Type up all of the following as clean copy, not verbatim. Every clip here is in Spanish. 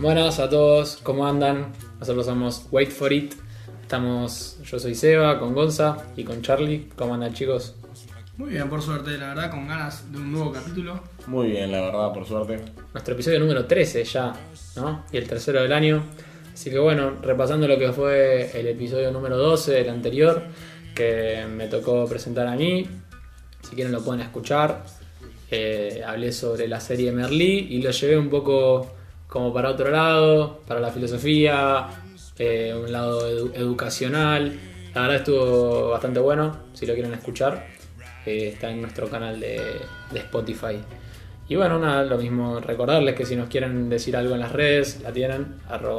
Buenas a todos, ¿cómo andan? Nosotros somos Wait For It. Yo soy Seba, con Gonza y con Charlie. ¿Cómo andan, chicos? Muy bien, por suerte, la verdad, con ganas de un nuevo capítulo. Muy bien, la verdad, por suerte. Nuestro episodio número 13 ya, ¿no? Y el tercero del año. Así que bueno, repasando lo que fue el episodio número 12, el anterior, que me tocó presentar a mí. Si quieren lo pueden escuchar. Hablé sobre la serie Merlí y lo llevé un poco como para otro lado, para la filosofía, un lado educacional. La verdad estuvo bastante bueno, si lo quieren escuchar. Está en nuestro canal de Spotify. Y bueno, nada, lo mismo, recordarles que si nos quieren decir algo en las redes, la tienen,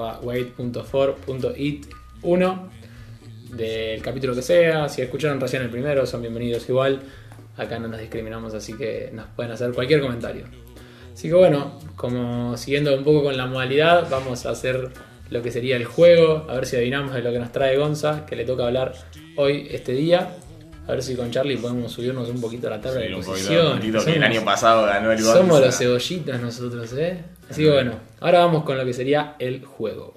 @wait.for.it1 del capítulo que sea. Si escucharon recién el primero, son bienvenidos igual. Acá no nos discriminamos, así que nos pueden hacer cualquier comentario. Así que bueno, como siguiendo un poco con la modalidad, vamos a hacer lo que sería el juego, a ver si adivinamos de lo que nos trae Gonza, que le toca hablar hoy, este día. A ver si con Charlie podemos subirnos un poquito a la tabla de posiciones. Que el año pasado ganó el Gonza. Somos los cebollitas nosotros, ¿eh? Así que bueno, ahora vamos con lo que sería el juego.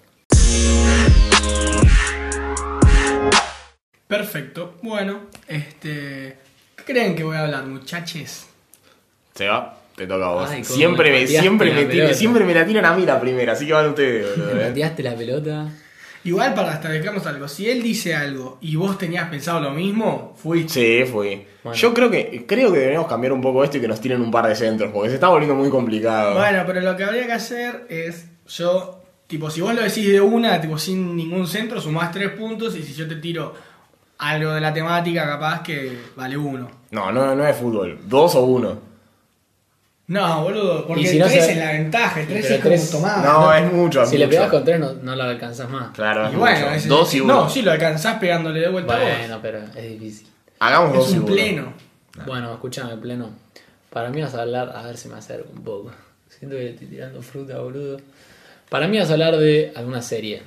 Perfecto. Bueno, ¿qué creen que voy a hablar, muchachos? Seba, te toca a vos. Ay, siempre me la tiran a mí la primera, así que van ustedes, boludo. ¿Me pateaste la pelota? Igual para destacarnos algo, si él dice algo y vos tenías pensado lo mismo, fuiste. Sí, fui. Bueno. Yo creo que deberíamos cambiar un poco esto y que nos tiren un par de centros, porque se está volviendo muy complicado. Bueno, pero lo que habría que hacer es, tipo, si vos lo decís de una, tipo, sin ningún centro, sumás 3 puntos, y si yo te tiro algo de la temática, capaz que vale 1. No es fútbol. 2 o 1. No, boludo, porque Y si el no 3 se- es la ventaja, el 3 Pero es como tres- tomar. No, es mucho. Si le pegás con 3 no lo alcanzás más. Claro, Y es bueno, mucho. ese- 2 y 1. No, sí lo alcanzás pegándole de vuelta a Bueno, pero es difícil. Hagamos vos. 2 Es y un 1. pleno. Bueno, escúchame, pleno. Para mí vas a hablar, a ver si me acerco un poco. Siento que le estoy tirando fruta, boludo. Para mí vas a hablar de alguna serie.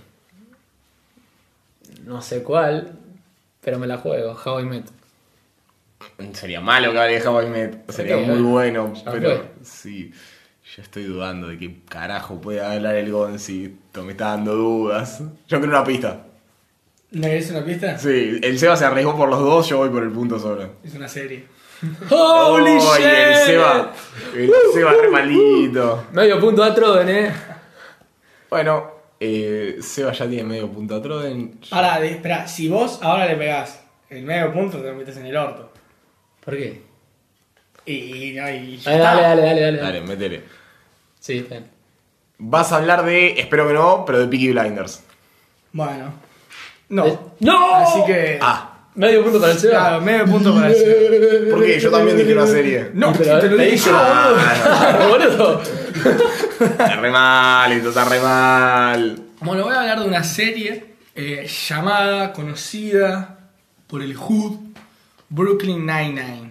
No sé cuál, pero me la juego. How I Met. Sería malo que hable de How I Met. Sería Ok, muy bueno, ya pero fue. sí. Yo estoy dudando de qué carajo puede hablar el Gonzi. Esto me está dando dudas. Yo quiero una pista. ¿No es una pista? Sí, el Seba se arriesgó por los dos, yo voy por el punto solo. Es una serie. ¡Holy Oh, shit! y el Seba re malito. Medio punto a Troden, Bueno, Seba ya tiene medio punto a Troden. Ahora, espera, si vos ahora le pegás el medio punto, te lo metes en el orto. ¿Por qué? Y ya Dale, está. dale. Dale, métele. Sí, bien. Vas a hablar de, espero que no, pero de Peaky Blinders. Bueno. No. ¡No! Así que. Medio punto para el Seba. Claro, medio punto para el Seba. ¿Por qué? Yo también dije una serie. No, Pero te lo te dije dije, yo, boludo. boludo. Está re mal, esto está re mal. Bueno, voy a hablar de una serie llamada, conocida por el Hood, Brooklyn Nine-Nine.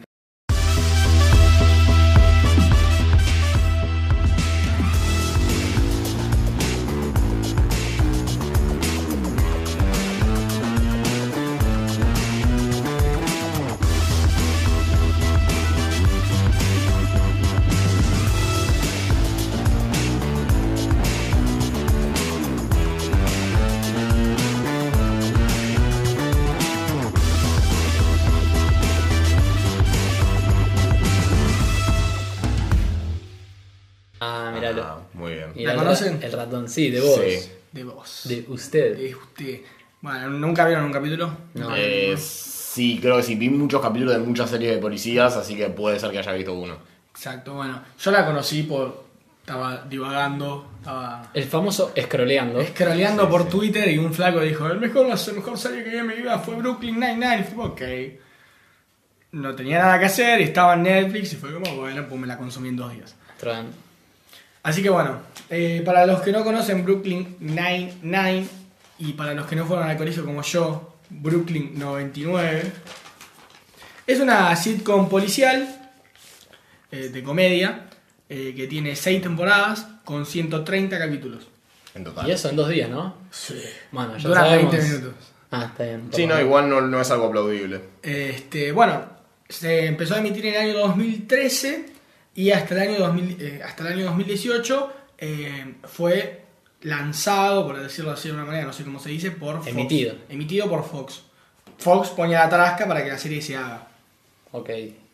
Ah, miralo. Muy bien. Mira, ¿La conocen? El ratón, sí, de vos. Sí. De vos. De usted. De usted. Bueno, ¿nunca vieron un capítulo? No. Sí, creo que sí. Vi muchos capítulos de muchas series de policías, así que puede ser que haya visto uno. Exacto, bueno. Yo la conocí estaba divagando, estaba El famoso scrolleando. scrolleando por Twitter y un flaco dijo, la mejor serie que vi en mi vida fue Brooklyn Nine-Nine. Y fue, ok. No tenía nada que hacer, estaba en Netflix y fue como, bueno, pues me la consumí en 2 días. Troden. Así que bueno, para los que no conocen Brooklyn Nine-Nine y para los que no fueron al colegio como yo, Brooklyn 99, es una sitcom policial de comedia que tiene 6 temporadas con 130 capítulos. En total. Y eso en 2 días, ¿no? Sí. Bueno, ya Dura sabemos. 20 minutos. Ah, está bien. Sí, no, igual no es algo aplaudible. Bueno, se empezó a emitir en el año 2013 y hasta el año 2018 fue lanzado, por decirlo así de una manera, no sé cómo se dice, por Fox. Emitido por Fox. Fox ponía la tarasca para que la serie se haga. Ok.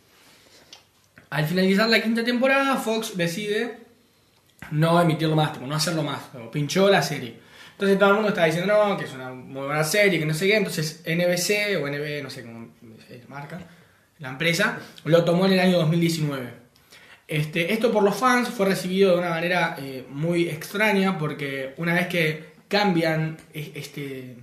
Al finalizar la quinta temporada, Fox decide no emitirlo más, tipo, no hacerlo más. Como pinchó la serie. Entonces todo el mundo estaba diciendo no, que es una muy buena serie, que no sé qué. Entonces NBC o NB, no sé cómo se marca, la empresa, lo tomó en el año 2019. Esto por los fans fue recibido de una manera muy extraña, porque una vez que cambian este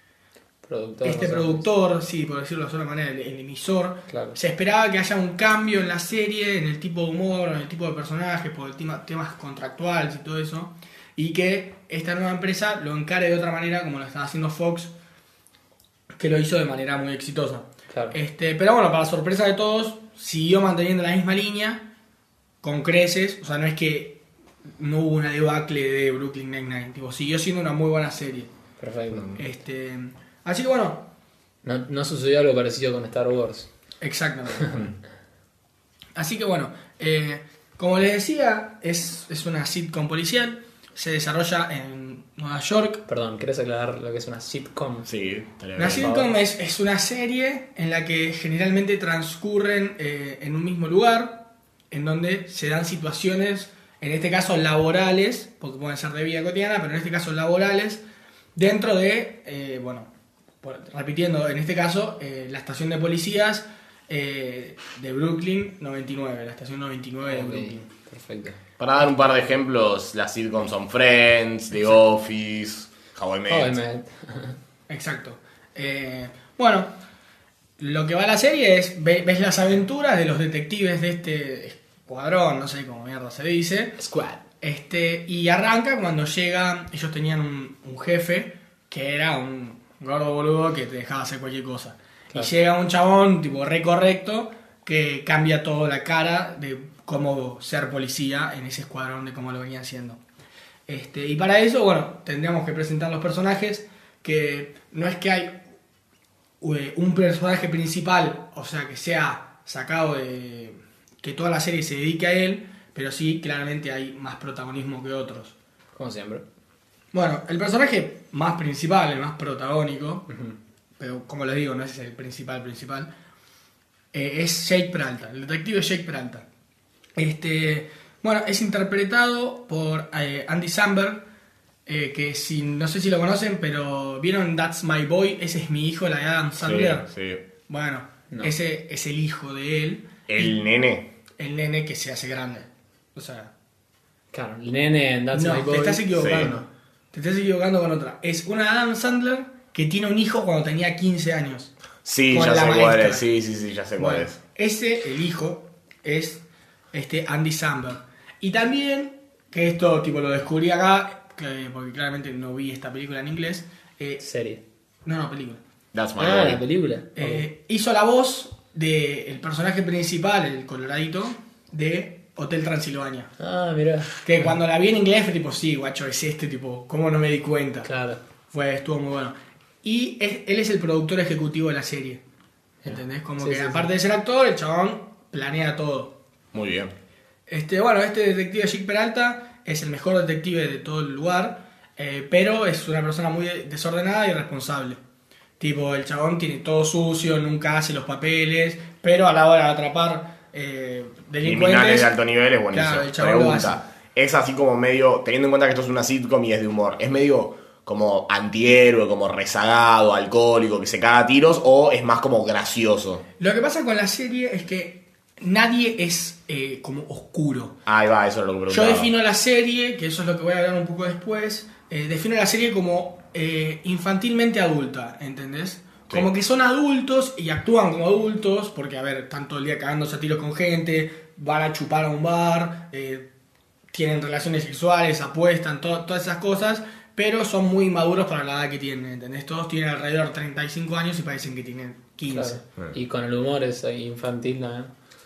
productor, sí, por decirlo de alguna manera, el emisor, claro. Se esperaba que haya un cambio en la serie, en el tipo de humor, en el tipo de personajes, por el temas contractuales y todo eso, y que esta nueva empresa lo encare de otra manera, como lo estaba haciendo Fox, que lo hizo de manera muy exitosa. Claro. Pero bueno, para sorpresa de todos, siguió manteniendo la misma línea, con creces, o sea, no es que no hubo una debacle de Brooklyn Nine-Nine, tipo, siguió siendo una muy buena serie. Perfecto. Así que bueno. No sucedió algo parecido con Star Wars. Exactamente. Así que bueno, como les decía, es una sitcom policial, se desarrolla en Nueva York. Perdón, ¿querés aclarar lo que es una sitcom? Sí, una sitcom es una serie en la que generalmente transcurren en un mismo lugar, en donde se dan situaciones, en este caso laborales, porque pueden ser de vida cotidiana, pero en este caso laborales, dentro de, repitiendo, en este caso, la estación de policías de Brooklyn 99, la estación 99 de Brooklyn. Perfecto. Para dar un par de ejemplos, las sitcoms son Friends, The Office, How I Met. Exacto. Bueno, lo que va a la serie es, ves las aventuras de los detectives de este escuadrón, no sé cómo mierda se dice. Squad. Y arranca cuando llega, ellos tenían un jefe que era un gordo boludo que te dejaba hacer cualquier cosa. Claro. Y llega un chabón tipo re correcto que cambia toda la cara de cómo ser policía en ese escuadrón, de cómo lo venían haciendo. Y para eso, bueno, tendríamos que presentar los personajes, que no es que hay un personaje principal, o sea, que sea sacado de que toda la serie se dedique a él, pero sí, claramente hay más protagonismo que otros. Como siempre. Bueno, el personaje más principal, el más protagónico, pero como les digo, no es el principal, es Jake Peralta, el detective Jake Peralta. Bueno, es interpretado por Andy Samberg, que no sé si lo conocen, pero ¿vieron That's My Boy? Ese es mi hijo, la de Adam Sandler. Sí. Bueno, no. Ese es el hijo de él. ¿El nene? El nene que se hace grande. O sea... Claro, el nene en That's My Boy. Te estás equivocando. Sí. Te estás equivocando con otra. Es una Adam Sandler que tiene un hijo cuando tenía 15 años. Sí, ya sé cuál es. Sí, ya sé cuál es. Ese, el hijo, es Andy Samberg. Y también, que esto tipo lo descubrí acá, porque claramente no vi esta película en inglés. Serie. No, película. That's My Boy. La película. Hizo la voz del personaje principal, el coloradito, de Hotel Transilvania. Ah, mirá. Que cuando la vi en inglés fue tipo, sí, guacho, es tipo, ¿cómo no me di cuenta? Claro. Estuvo muy bueno. Y él es el productor ejecutivo de la serie. ¿Entendés? Como que aparte de ser actor, el chabón planea todo. Muy bien. Bueno, este detective Jake Peralta es el mejor detective de todo el lugar, pero es una persona muy desordenada y irresponsable. Tipo, el chabón tiene todo sucio, nunca hace los papeles, pero a la hora de atrapar delincuentes... Criminales de alto nivel es buenísimo. Claro, el chabón lo hace. Es así como medio, teniendo en cuenta que esto es una sitcom y es de humor, es medio como antihéroe, como rezagado, alcohólico, que se caga a tiros, o es más como gracioso. Lo que pasa con la serie es que nadie es como oscuro. Ahí va, eso es lo que preguntaba. Yo defino la serie, que eso es lo que voy a hablar un poco después, defino la serie como infantilmente adulta, ¿entendés? Sí. Como que son adultos y actúan como adultos, porque, a ver, están todo el día cagándose a tiros con gente, van a chupar a un bar, tienen relaciones sexuales, apuestan, todas esas cosas, pero son muy maduros para la edad que tienen, ¿entendés? Todos tienen alrededor de 35 años y parecen que tienen 15. Claro. Y con el humor es infantil, ¿no?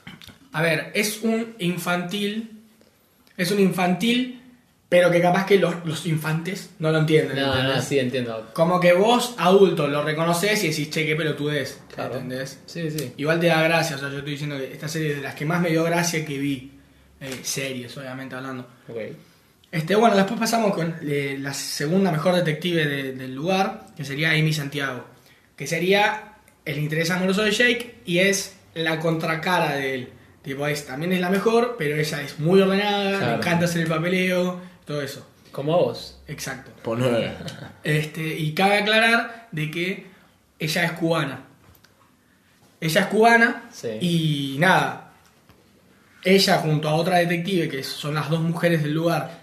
A ver, es un infantil, pero que capaz que los infantes no lo entienden. No, sí, entiendo. Como que vos, adulto, lo reconoces y decís, che, qué pelotudez, claro. ¿Entendés? Sí. Igual te da gracia, o sea, yo estoy diciendo que esta serie es de las que más me dio gracia que vi, series, obviamente hablando. Ok. Bueno, después pasamos con la segunda mejor detective del lugar, que sería Amy Santiago, que sería el interés amoroso de Jake y es la contracara de él. Tipo, también es la mejor, pero ella es muy ordenada, Claro. le encanta hacer el papeleo, todo eso. Como a vos. Exacto. Poner. Y cabe aclarar de que ella es cubana. Ella es cubana Sí. y nada, ella junto a otra detective, que son las dos mujeres del lugar,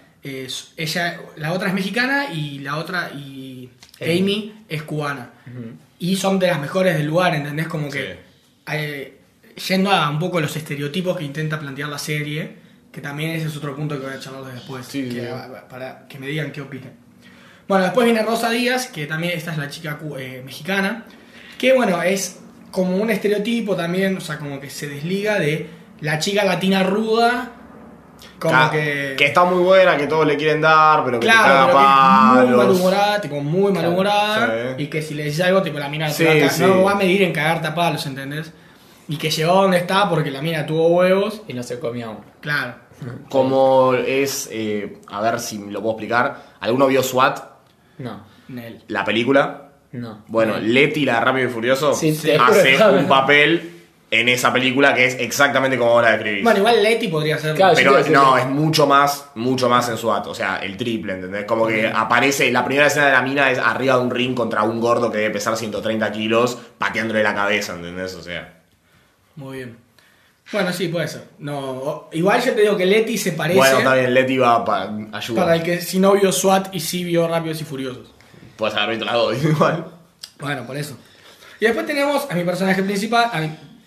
la otra es mexicana y la otra, Amy es cubana. Y son de las mejores del lugar, ¿entendés? Como que yendo a un poco los estereotipos que intenta plantear la serie, que también ese es otro punto que voy a charlar después, Sí, sí. para que me digan qué opinan. Bueno, después viene Rosa Díaz, que también esta es la chica mexicana, que bueno, es como un estereotipo también, o sea, como que se desliga de la chica latina ruda, como que está muy buena, que todos le quieren dar, pero que te claro, caga pero que es muy palos. malhumorada, tipo muy Claro, malhumorada, sí. y que si le dices algo, tipo la mina Sí, sí. no va a medir en cagarte a palos, ¿entendés? Y que llegó a donde está porque la mina tuvo huevos, Y no se comía uno. claro. Como es, a ver si lo puedo explicar. ¿Alguno vio SWAT? No, Nel. La película. no. Bueno, Letty, la de Rápido y Furioso, Sí, te hace juro. un papel en esa película que es exactamente como vos la describís. Bueno, igual Leti podría ser. Claro, Pero yo te iba a no, decir- es mucho más en SWAT, o sea, el triple, ¿entendés? Como que aparece, la primera escena de la mina es arriba de un ring contra un gordo que debe pesar 130 kilos, pateándole la cabeza, ¿entendés? O sea, Muy bien. Bueno, sí, puede ser. No, igual yo te digo que Leti se parece bueno, está bien, Letty va para ayudar. para el que si no vio SWAT y sí vio Rápidos y Furiosos. Puedes haber visto las dos igual. Bueno, por eso. Y después tenemos a mi personaje principal, a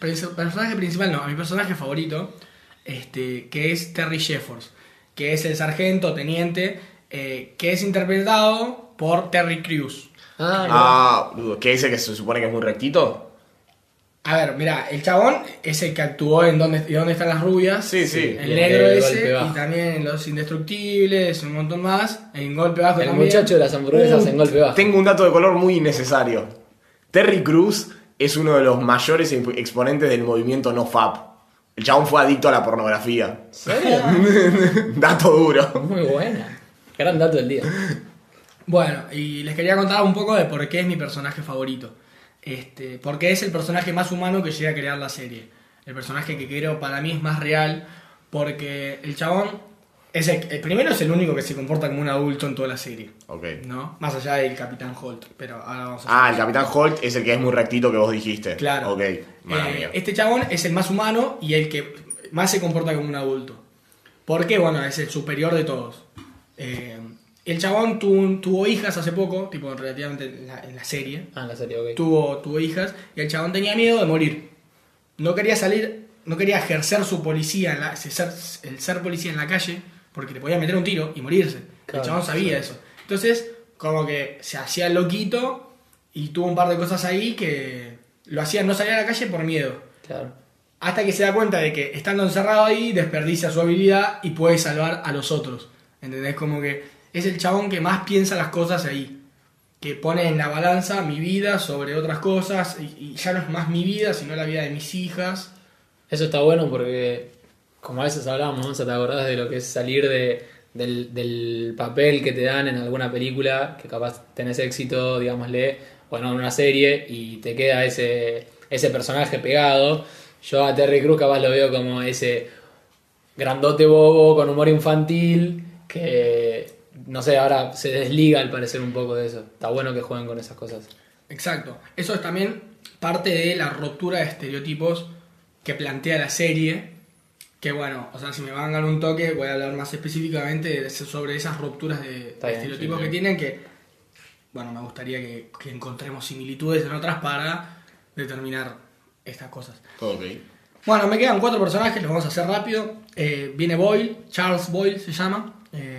mi personaje favorito, que es Terry Jeffords, que es el sargento, teniente, que es interpretado por Terry Crews. ¿Qué dice que se supone que es muy rectito? A ver, mira, el chabón es el que actuó en ¿Dónde están las rubias? Sí, sí. El Y negro el ese, Golpe Bajo. y también en Los Indestructibles, un montón más. En Golpe Bajo El también. muchacho de las hamburguesas en golpe bajo. Tengo un dato de color muy innecesario. Terry Crews es uno de los mayores exponentes del movimiento NoFap. El chabón fue adicto a la pornografía. ¿En serio? Dato duro. Muy buena. Gran dato del día. Bueno, y les quería contar un poco de por qué es mi personaje favorito. Porque es el personaje más humano que llega a crear la serie. El personaje que creo para mí es más real, porque el chabón el primero es el único que se comporta como un adulto en toda la serie, Ok. ¿no? Más allá del Capitán Holt, pero ahora vamos a El Capitán Holt es el que es muy rectito que vos dijiste. Claro. Ok, mala mía. Este chabón es el más humano y el que más se comporta como un adulto. Porque, bueno, es el superior de todos. El chabón tuvo hijas hace poco, tipo relativamente en la serie. Ah, en la serie, ok. Tuvo hijas y el chabón tenía miedo de morir. No quería salir, no quería ejercer su policía, el ser policía en la calle, porque le podía meter un tiro y morirse. Claro, el chabón sabía eso. Entonces, como que se hacía loquito y tuvo un par de cosas ahí que lo hacían no salir a la calle por miedo. Claro. Hasta que se da cuenta de que estando encerrado ahí desperdicia su habilidad y puede salvar a los otros. ¿Entendés? Como que es el chabón que más piensa las cosas ahí. Que pone en la balanza mi vida sobre otras cosas y ya no es más mi vida, sino la vida de mis hijas. Eso está bueno porque, como a veces hablábamos, ¿no? ¿Te acordás de lo que es salir del papel que te dan en alguna película, que capaz tenés éxito, digámosle, bueno, en una serie, y te queda ese personaje pegado? Yo a Terry Crews capaz lo veo como ese grandote bobo con humor infantil que, no sé, ahora se desliga al parecer un poco de eso. Está bueno que jueguen con esas cosas. Exacto. Eso es también parte de la ruptura de estereotipos que plantea la serie. Que bueno, o sea, si me van a dar un toque, voy a hablar más específicamente sobre esas rupturas de bien, estereotipos sí, que sí. tienen. Que bueno, me gustaría que encontremos similitudes en otras para determinar estas cosas. Ok. Bueno, me quedan 4 personajes, los vamos a hacer rápido. Viene Boyle, Charles Boyle se llama,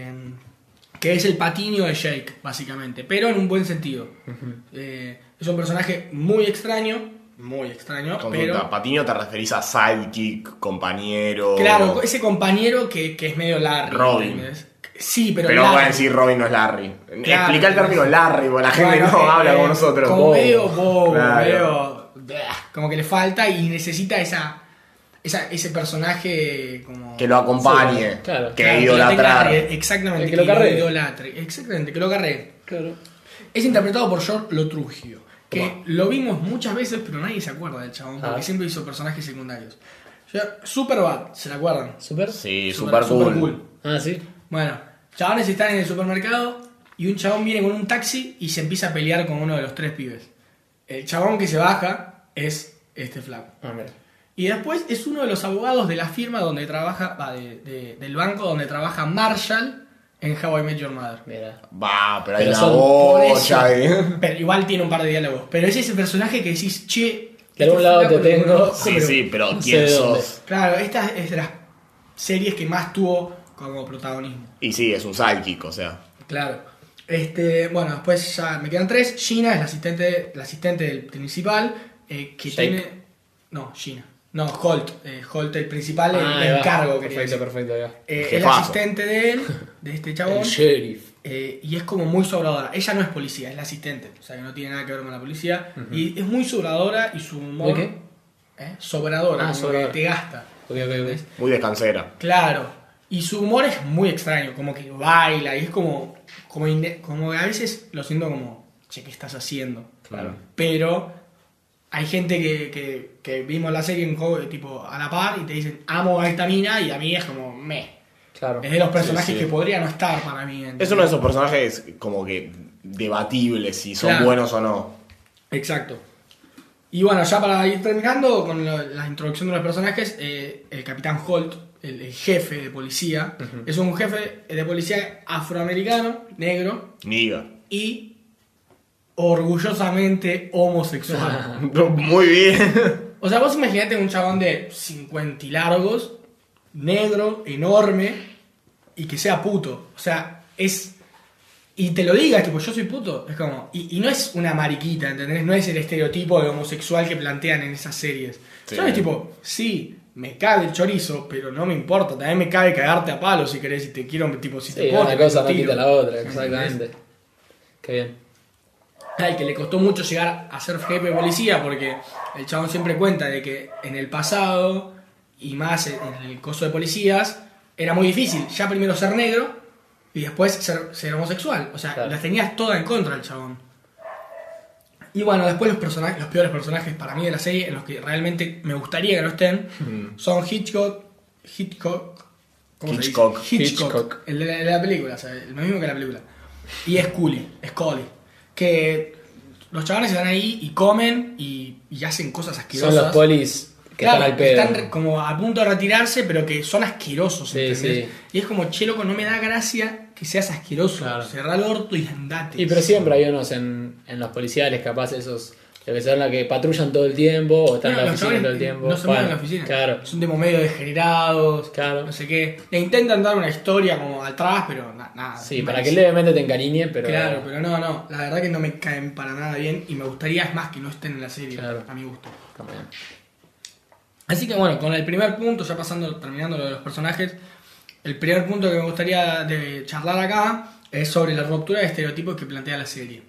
que es el patiño de Jake, básicamente, pero en un buen sentido. Es un personaje muy extraño, pero... Patiño te referís a sidekick, compañero. Claro, ese compañero que es medio Larry. Robin. ¿entendés? Sí, pero Pero Larry. voy a decir Robin no es Larry. Claro. Explica el término Larry, porque la gente Bueno, no habla como nosotros. Como medio bobo, Claro. medio... Como que le falta y necesita esa ese personaje como... Que lo acompañe, Sí, claro. que Claro, idolatrar. exactamente, El que lo carree. idolatre. Exactamente, que lo carree. Claro. Es interpretado por George Lotrugio, que Toma. lo vimos muchas veces, pero nadie se acuerda del chabón, porque Ah. siempre hizo personajes secundarios. Superbad, ¿se la acuerdan? ¿Super? Sí, Super super cool. Ah, sí. Bueno, chabones están en el supermercado y un chabón viene con un taxi y se empieza a pelear con uno de los 3 pibes. El chabón que se baja es este flaco. Ah, mira. Y después es uno de los abogados de la firma donde trabaja, del banco donde trabaja Marshall en How I Met Your Mother. Mira. Va, pero hay Pero una son Por eso. bocha ahí. Pero igual tiene un par de diálogos. Pero es ese personaje que decís, che. De algún lado flaco te lo tengo. conozco, Sí, pero- sí, pero no sé ¿quién de dónde. sos? Claro, esta es de las series que más tuvo como protagonismo. Y sí, es un sidekick, o sea. Claro. Bueno, después ya me quedan 3. Gina es la asistente del principal. Que Jake. tiene. No, Gina. No, Holt. Holt, el principal, Ah, ahí el va. encargo. quería Perfecto, decir. perfecto, ya. Es Jefazo. la asistente de él, de este chabón. El sheriff. Y es como muy sobradora. Ella no es policía, es la asistente. O sea que no tiene nada que ver con la policía. Y es muy sobradora y su humor. ¿Muy qué? Sobradora, Ah, como sobradora. que te gasta. Ok, ok. Muy descansera. Claro. Y su humor es muy extraño, como que baila y es como a veces lo siento como, che, ¿qué estás haciendo? Claro. Pero hay gente que vimos la serie en juego tipo a la par y te dicen, amo a esta mina y a mí es como, meh. Claro. Es de los personajes Sí, sí. que podría no estar para mí. ¿entendés? Es uno de esos personajes como que debatibles si son Claro. buenos o no. Exacto. Y bueno, ya para ir terminando con la introducción de los personajes, el capitán Holt, el jefe de policía, es un jefe de policía afroamericano, negro Niga. y orgullosamente homosexual. Muy bien. O sea, vos imaginate un chabón de 50 y largos, negro, enorme, y que sea puto. O sea, es... Y te lo diga, tipo, yo soy puto. Es como... Y no es una mariquita, ¿entendés? No es el estereotipo de homosexual que plantean en esas series. Sí. Yo es tipo, sí, me cabe el chorizo, pero no me importa. También me cabe cagarte a palo si querés, si te quiero, tipo, si te Sí, puedo, una te meto cosa no un tiro. quita la otra, ¿Entendés? exactamente. Qué bien. Al que le costó mucho llegar a ser jefe de policía porque el chabón siempre cuenta de que en el pasado y más en el coso de policías era muy difícil ya primero ser negro y después ser homosexual, o sea, Claro. las tenías todas en contra el chabón. Y bueno, después los peores personajes para mí de la serie, en los que realmente me gustaría que no estén, son Hitchcock, ¿cómo se dice? Hitchcock. Hitchcock, el de la película, o sea, el mismo que la película. Y Scully, que los chavales están ahí y comen y hacen cosas asquerosas. Son los polis que Claro, están al pedo. están como a punto de retirarse, pero que son asquerosos, Sí, ¿entendés? sí. Y es como, che, loco, no me da gracia que seas asqueroso. Claro. Cerrá el orto y andate. Y pero siempre hay unos en los policiales, capaz esos que son los que patrullan todo el tiempo o están No, en la los oficina chavales todo el tiempo. no se mueven en la Bueno, oficina. Claro, Son de medio degenerados, Claro. no sé qué. Le intentan dar una historia como atrás, pero nada. sí, para que malísimo. levemente te encariñe, pero. Claro, pero no. La verdad que no me caen para nada bien y me gustaría, es más, que no estén en la serie, Claro. a mi gusto. También. Así que bueno, con el primer punto, ya terminando lo de los personajes, el primer punto que me gustaría de charlar acá es sobre la ruptura de estereotipos que plantea la serie.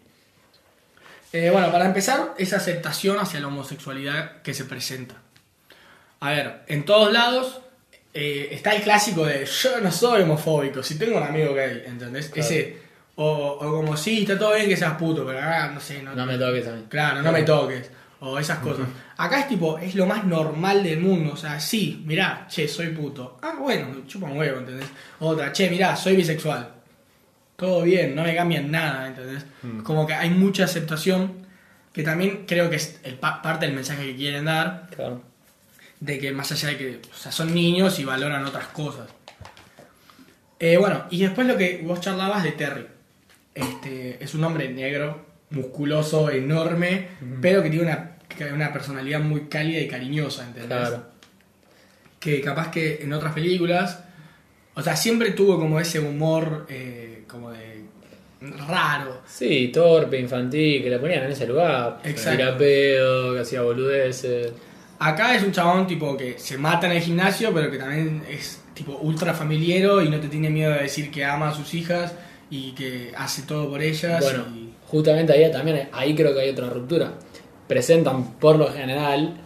Bueno, para empezar, esa aceptación hacia la homosexualidad que se presenta. A ver, en todos lados está el clásico de yo no soy homofóbico, si tengo un amigo gay, ¿entendés? Claro. Ese, o como sí, está todo bien que seas puto, pero no sé, No me toques a mí. Claro, no me toques. O esas cosas. Acá es tipo, es lo más normal del mundo. O sea, sí, mirá, che, soy puto. Ah, bueno, me chupa un huevo, ¿entendés? Otra, che, mirá, soy bisexual. Todo bien, no me cambian nada, ¿entendés? Como que hay mucha aceptación, que también creo que es parte del mensaje que quieren dar, Claro. de que más allá de que, o sea, son niños y valoran otras cosas. Bueno, y después lo que vos charlabas de Terry. Es un hombre negro, musculoso, enorme, pero que tiene una personalidad muy cálida y cariñosa, ¿entendés? Claro. Que capaz que en otras películas, o sea, siempre tuvo como ese humor como de raro. Sí, torpe, infantil, que le ponían en ese lugar. Exacto. Que era pedo, que hacía boludeces. Acá es un chabón tipo que se mata en el gimnasio, pero que también es tipo ultra familiero y no te tiene miedo de decir que ama a sus hijas y que hace todo por ellas. Bueno, y... justamente ahí también, ahí creo que hay otra ruptura. Presentan por lo general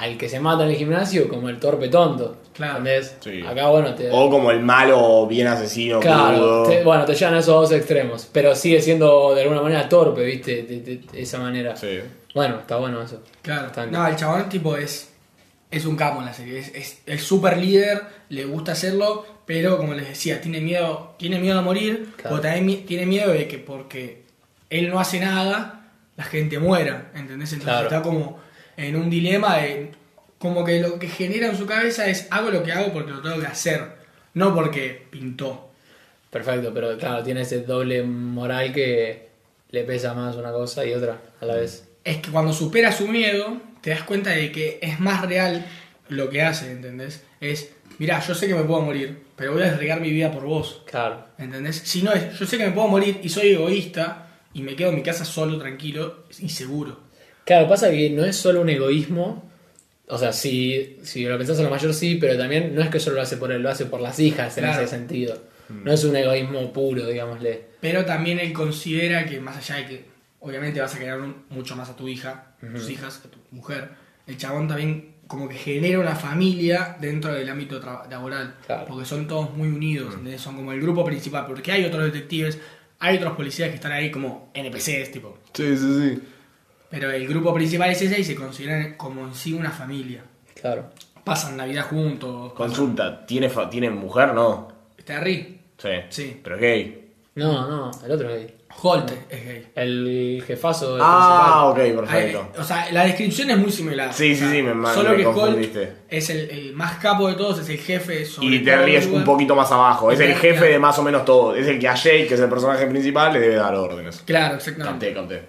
al que se mata en el gimnasio como el torpe tonto. Claro. ¿Entendés? Sí. Acá, bueno, O como el malo bien asesino. Claro, crudo. bueno, te llevan a esos dos extremos. Pero sigue siendo de alguna manera torpe, ¿viste? De esa manera. Sí. Bueno, está bueno eso. Claro. Bastante. No, el chabón tipo es un capo en la serie. Es súper líder, le gusta hacerlo, pero como les decía, tiene miedo a morir, Claro. o también tiene miedo de que porque él no hace nada, la gente muera, ¿entendés? Entonces Claro. está como en un dilema de como que lo que genera en su cabeza es hago lo que hago porque lo tengo que hacer, no porque pintó. Perfecto, pero claro, tiene ese doble moral que le pesa más una cosa y otra a la vez. Es que cuando supera su miedo, te das cuenta de que es más real lo que hace, ¿entendés? Es, mirá, yo sé que me puedo morir, pero voy a arriesgar mi vida por vos, Claro. ¿entendés? Si no es, yo sé que me puedo morir y soy egoísta y me quedo en mi casa solo, tranquilo y seguro. Claro, pasa que no es solo un egoísmo. O sea, si lo pensás a lo mayor sí, pero también no es que solo lo hace por él, lo hace por las hijas en Claro. ese sentido. No es un egoísmo puro, digámosle. Pero también él considera que más allá de que obviamente vas a querer mucho más a tu hija, a tus hijas, a tu mujer, el chabón también como que genera una familia dentro del ámbito laboral. Claro. Porque son todos muy unidos, ¿entendés? Son como el grupo principal, porque hay otros detectives, hay otros policías que están ahí como NPCs, tipo. Sí, sí, sí. Pero el grupo principal es ese y se consideran como en sí una familia. Claro. Pasan Navidad juntos. Consulta, ¿tiene mujer? No. Terry, Sí. Sí. Pero es gay. No, el otro es gay. Holt es gay. El jefazo del Ah, principal. ok, perfecto. O sea, la descripción es muy similar. Sí, O sea, sí, sí, me Solo que Holt confundiste. es el más capo de todos, es el jefe sobre Y todo Terry el es un lugar. poquito más abajo. Es el Terry, jefe claro. de más o menos todo. Es el que a Jake, que es el personaje principal, le debe dar órdenes. Claro, exactamente. Canté.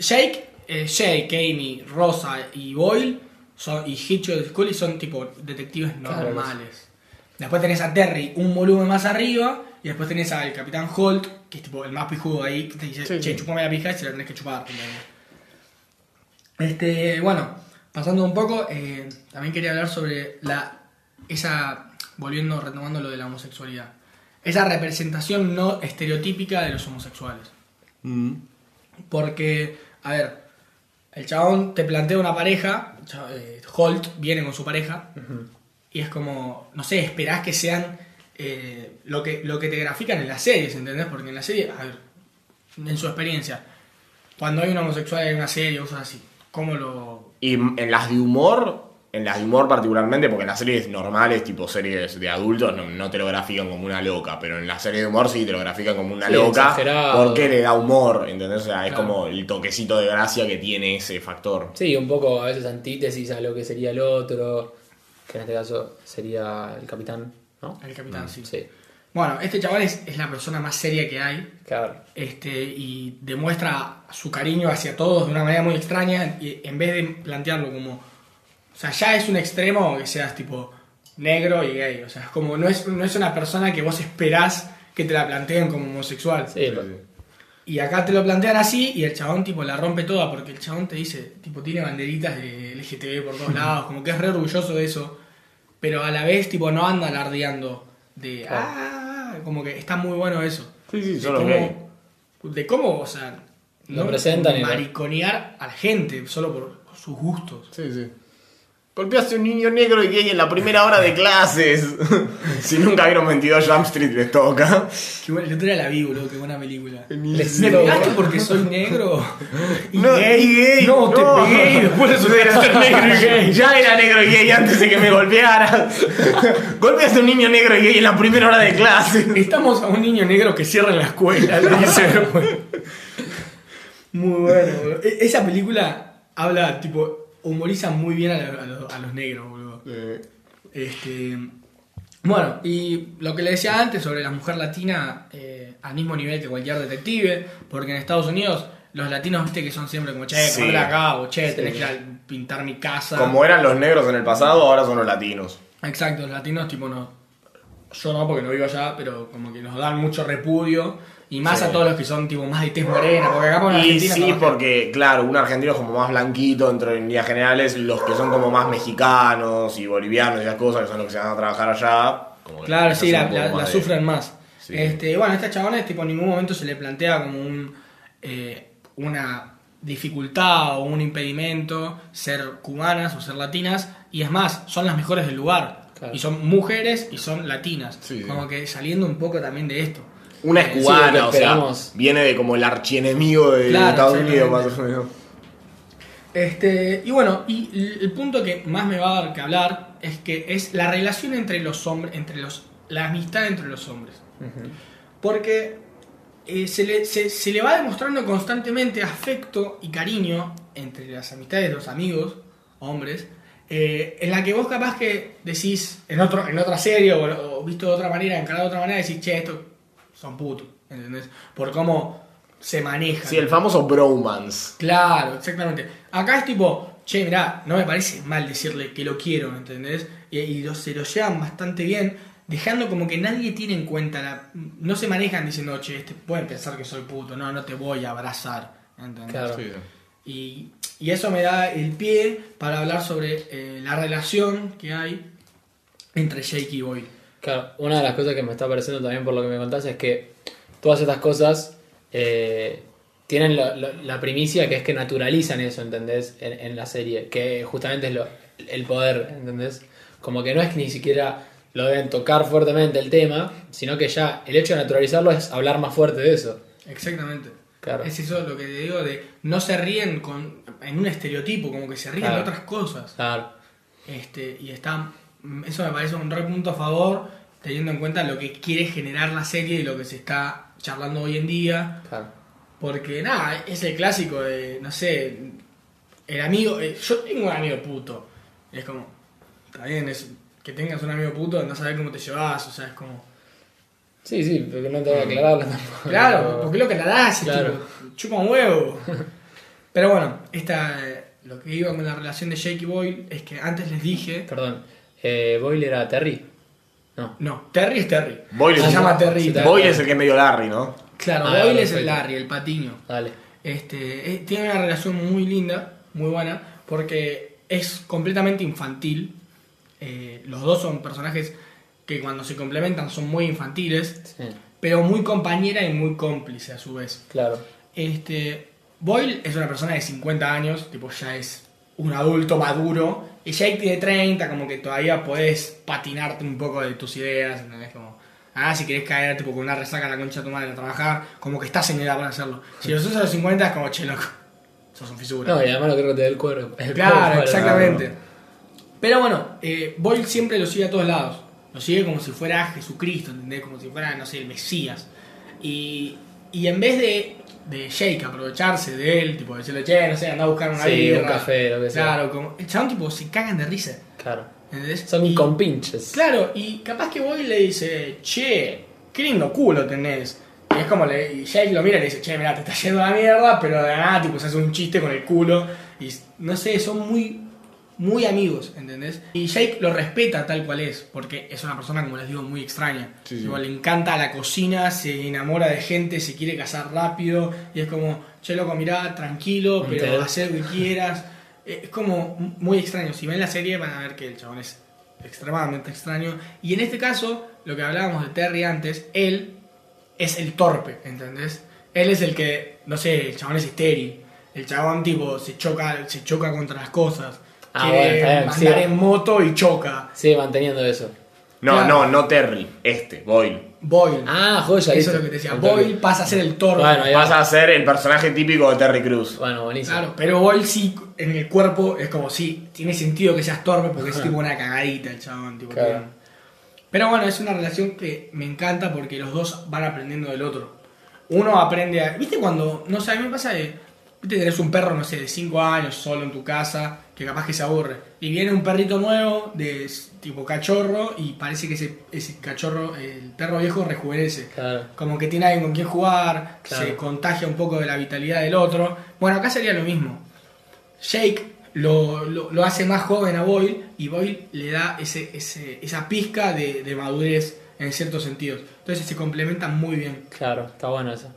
Jake, Amy, Rosa y Boyle y Hitcho de Scully son tipo detectives Claro, normales. Después tenés a Terry un volumen más arriba y después tenés al Capitán Holt, que es tipo el más pijudo ahí, que te dice, Sí, che, sí. chupame la pija y se la tenés que chupar. Bueno, pasando un poco, también quería hablar sobre retomando lo de la homosexualidad. Esa representación no estereotípica de los homosexuales. Porque, a ver, el chabón te plantea una pareja, Holt viene con su pareja, y es como, no sé, esperás que sean lo que te grafican en las series, ¿entendés? Porque en la serie, a ver, en su experiencia, cuando hay un homosexual en una serie o cosas así, ¿cómo lo...? Y en las de humor particularmente, porque en las series normales, tipo series de adultos, no te lo grafican como una loca, pero en las series de humor sí te lo grafican como una Sí, loca, exagerado. porque le da humor, ¿entendés? O sea, es Claro. como el toquecito de gracia que tiene ese factor. Sí, un poco a veces antítesis a lo que sería el otro, que en este caso sería el capitán, ¿no? El capitán, sí. Sí, Bueno, este chaval es la persona más seria que hay, claro. y demuestra su cariño hacia todos de una manera muy extraña, y en vez de plantearlo como... O sea, ya es un extremo que seas tipo negro y gay. O sea, es como no es una persona que vos esperás que te la planteen como homosexual. Sí, Y acá te lo plantean así y el chabón tipo la rompe toda porque el chabón te dice, tipo tiene banderitas de LGTB por todos lados, como que es re orgulloso de eso, pero a la vez tipo no anda alardeando de como que está muy bueno eso. Sí, sí, De solo cómo- gay. De cómo, o sea, Lo presentan y lo- mariconear a la gente solo por sus gustos. Sí, sí. Golpeaste a un niño negro y gay en la primera hora de clases. Si nunca vieron 22 Jump Street, les toca. Qué buena, el otro día la vi, boludo, qué buena película. Les- ¿Me pegaste porque soy negro? ¿Y No, gay? y gay. No, te pegué y después resulté ser negro y gay. Ya era negro y gay antes de que me golpearas. Golpeaste a un niño negro y gay en la primera hora de clase. Estamos a un niño negro que cierra en la escuela, le dice. Muy bueno, boludo. Esa película habla, tipo, humoriza muy bien a los negros, boludo. Bueno, y lo que le decía antes sobre la mujer latina al mismo nivel que cualquier detective, porque en Estados Unidos los latinos, viste que son siempre como, che, Sí. corre acá, o che, tenés Sí. que ir a pintar mi casa. Como eran los negros en el pasado, ahora son los latinos. Exacto, los latinos tipo no. Yo no porque no vivo allá, pero como que nos dan mucho repudio. Y más Sí. a todos los que son tipo más de tez morena, porque acá por Y Argentina. sí, trabajan- porque, claro, un argentino es como más blanquito dentro de líneas generales, los que son como más mexicanos y bolivianos y esas cosas, que son los que se van a trabajar allá. Como que Claro, les sí, hace un poco la más de- sufren más. Sí. Bueno, a esta chabona tipo en ningún momento se le plantea como una dificultad o un impedimento ser cubanas o ser latinas, y es más, son las mejores del lugar. Claro. Y son mujeres y son latinas. Sí, sí. Como que saliendo un poco también de esto. Una es Sí, cubana, lo o sea, esperamos. viene de como el archienemigo de Claro, Estados Unidos, exactamente. más o menos. Y bueno, y el punto que más me va a dar que hablar es que es la relación entre los hombres, la amistad entre los hombres. Ujú. Porque se le va demostrando constantemente afecto y cariño entre las amistades de los amigos, hombres, en la que vos capaz que decís en otra serie o visto de otra manera, encarado de otra manera, decís, che, estos son putos, ¿entendés? Por cómo se manejan. Sí, el famoso bromance. Claro, exactamente. Acá es tipo, che, mirá, no me parece mal decirle que lo quiero, ¿entendés? Y se lo llevan bastante bien, dejando como que nadie tiene en cuenta, no se manejan diciendo, che, pueden pensar que soy puto, no te voy a abrazar, ¿entendés? Claro. Sí. Y eso me da el pie para hablar sobre la relación que hay entre Jake y Boyle. Claro, una de las cosas que me está pareciendo también por lo que me contás es que todas estas cosas tienen la primicia que es que naturalizan eso, ¿entendés? En la serie, que justamente es el poder, ¿entendés? Como que no es que ni siquiera lo deben tocar fuertemente el tema, sino que ya el hecho de naturalizarlo es hablar más fuerte de eso. Exactamente. Claro. Es eso lo que te digo de no se ríen en un estereotipo, como que se ríen Claro. de otras cosas. Claro, Y eso me parece un re punto a favor, teniendo en cuenta lo que quiere generar la serie y lo que se está charlando hoy en día. claro. Porque nada, es el clásico de, no sé, el amigo, yo tengo un amigo puto. Es como, está bien, que tengas un amigo puto, no sabes cómo te llevas, o sea, es como... Sí, porque no te voy a aclararlo tampoco. Claro, porque es lo que la das, Claro. tipo, chupa un huevo. Pero bueno, lo que iba con la relación de Jake y Boyle es que antes les dije... Perdón, ¿Boyle era Terry? No. No, Terry es Terry. Boyle se es- llama Terry. sí, Boyle es el que es medio Larry, ¿no? Claro, Ah, Boyle es el perfecto. Larry, el patiño. Dale. Tiene una relación muy linda, muy buena, porque es completamente infantil. Los dos son personajes que cuando se complementan son muy infantiles, Sí, pero muy compañera y muy cómplice a su vez. claro. Boyle es una persona de 50 años, tipo ya es un adulto maduro, y Jake tiene 30, como que todavía podés patinarte un poco de tus ideas, ¿entendés? Como, si querés caer tipo con una resaca a la concha de tu madre a trabajar, como que estás en edad para hacerlo. Si lo sos a los 50 es como, che, loco, sos un fisura. No, y además no creo que te dé el cuero. Claro, exactamente. Pero bueno, Boyle siempre lo sigue a todos lados. Lo sigue como si fuera Jesucristo, ¿entendés? Como si fuera, no sé, el Mesías. Y en vez de Jake aprovecharse de él, tipo decirle, che, no sé, anda a buscar una Sí, birra. un café, lo que sea. Claro, como, el chabón tipo se cagan de risa. Claro. ¿Entendés? Son Y- compinches. Claro, y capaz que Boyle le dice, che, qué lindo culo tenés. Y es como, y Jake lo mira y le dice, che, mirá, te está yendo a la mierda, pero de nada, tipo, se hace un chiste con el culo. Y no sé, son muy amigos, ¿entendés? Y Jake lo respeta tal cual es, porque es una persona, como les digo, muy extraña. Sí, sí. Tipo, le encanta la cocina, se enamora de gente, se quiere casar rápido. Y es como, che, loco, mirá, tranquilo, pero Entero. haz lo que quieras. Es como muy extraño. Si ven la serie van a ver que el chabón es extremadamente extraño. Y en este caso, lo que hablábamos de Terry antes, él es el torpe, ¿entendés? Él es el que, no sé, el chabón es estéril. El chabón tipo se choca contra las cosas. Ah, Quiere bueno, está bien, andar sí. en moto y choca. Sigue manteniendo eso. No, Claro. no Terry, Boyle. Boyle. Ah, joya, Eso listo. es lo que te decía. Ok. Boyle pasa a ser el torpe. Bueno, ahí va. Vas a ser el personaje típico de Terry Crews. Bueno, buenísimo. Claro, pero Boyle sí, en el cuerpo es como sí, tiene sentido que seas torpe porque es tipo una cagadita el chabón. Tipo, Claro. que- Pero bueno, es una relación que me encanta porque los dos van aprendiendo del otro. Uno aprende a... ¿Viste cuando, no sé, a mí me pasa de... ¿Viste? Tenés un perro, no sé, de 5 años solo en tu casa, que capaz que se aburre. Y viene un perrito nuevo, de tipo cachorro, y parece que ese cachorro, el perro viejo, rejuvenece. Claro. Como que tiene alguien con quien jugar, Claro. se contagia un poco de la vitalidad del otro. Bueno, acá sería lo mismo. Jake lo hace más joven a Boyle y Boyle le da esa pizca de madurez en ciertos sentidos. Entonces se complementan muy bien. Claro, está bueno eso.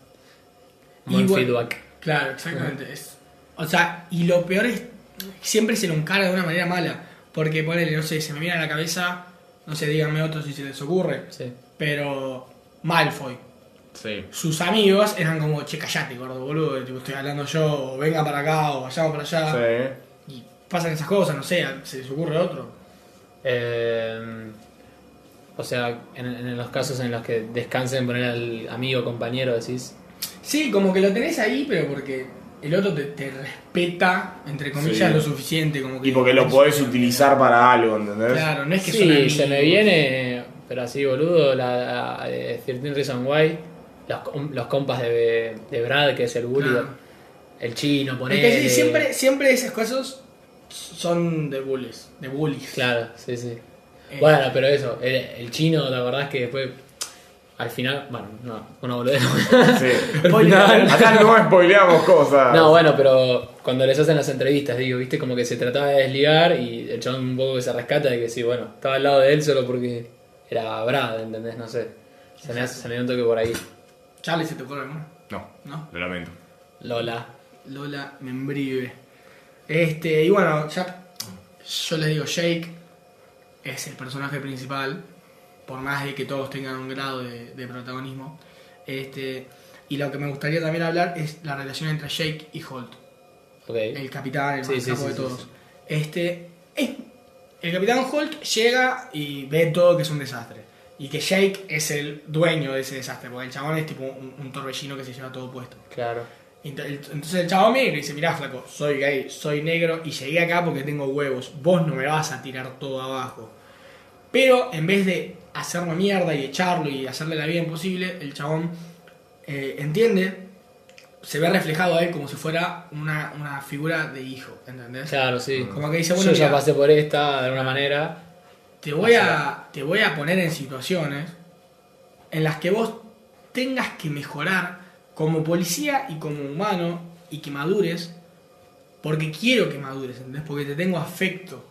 Y Buen bueno, feedback. Claro, exactamente. O sea, y lo peor es siempre se lo encara de una manera mala. Porque ponele, no sé, se me viene a la cabeza, no sé, díganme otro si se les ocurre. Sí. Pero Malfoy. Sí. sus amigos eran como, che, callate, gordo, boludo, tipo, estoy hablando yo, o venga para acá, o vayamos para allá. Sí. Y pasan esas cosas, no sé, ¿se les ocurre otro? O sea, en los casos en los que descansen, poner al amigo, compañero, decís. Sí, como que lo tenés ahí, pero porque el otro te respeta, entre comillas, Sí. lo suficiente. Como que Y porque lo podés utilizar para algo, ¿entendés? Claro, no es que son Sí, amigos. se me viene, pero así boludo, la 13 Reasons Why, los compas de Brad, que es el bully, Claro. el chino, Es ponele. que sí, siempre esas cosas son de bullies. Claro, sí, sí. Bueno, pero eso, el chino, la verdad es que después, al final, bueno, no, una boludez. Sí. Spoiler. Acá no spoileamos cosas. No, bueno, pero cuando les hacen las entrevistas, digo, viste, como que se trataba de desligar y el chabón un poco que se rescata de que sí, bueno, estaba al lado de él solo porque era Brad, ¿entendés? No sé. Se me dio un toque por ahí. Charlie, ¿se te ocurre alguna? No, ¿No? lo lamento. Lola. Lola Membrive. Y bueno, ya yo les digo, Jake es el personaje principal, por más de que todos tengan un grado de protagonismo. Y lo que me gustaría también hablar es la relación entre Jake y Holt, Ok. el capitán, el Sí, más sí, capo sí, de sí, todos. El capitán Holt llega y ve todo que es un desastre. Y que Jake es el dueño de ese desastre, porque el chabón es tipo un torbellino que se lleva todo puesto. Claro. Entonces el chabón mira y dice, mirá flaco, soy gay, soy negro y llegué acá porque tengo huevos, vos no me vas a tirar todo abajo. Pero en vez de hacerlo mierda y echarlo y hacerle la vida imposible, el chabón entiende, se ve reflejado a él como si fuera una figura de hijo, ¿entendés? Claro, sí. Como que dice, bueno, yo ya mira, pasé por esta de alguna manera. te voy a poner en situaciones en las que vos tengas que mejorar como policía y como humano y que madures, porque quiero que madures, ¿entendés? Porque te tengo afecto.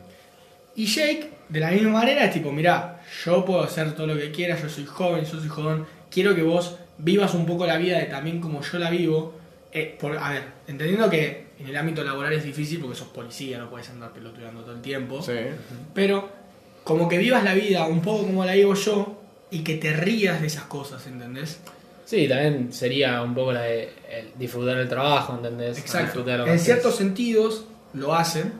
Y Jake, de la misma manera, es tipo, mirá, yo puedo hacer todo lo que quiera, yo soy joven, quiero que vos vivas un poco la vida de también como yo la vivo. A ver, entendiendo que en el ámbito laboral es difícil porque sos policía, no puedes andar pelotudeando todo el tiempo. Sí. Pero como que vivas la vida un poco como la vivo yo y que te rías de esas cosas, ¿entendés? Sí, también sería un poco la de disfrutar el trabajo, ¿entendés? Exacto. Disfrutar lo que En haces. ciertos sentidos lo hacen,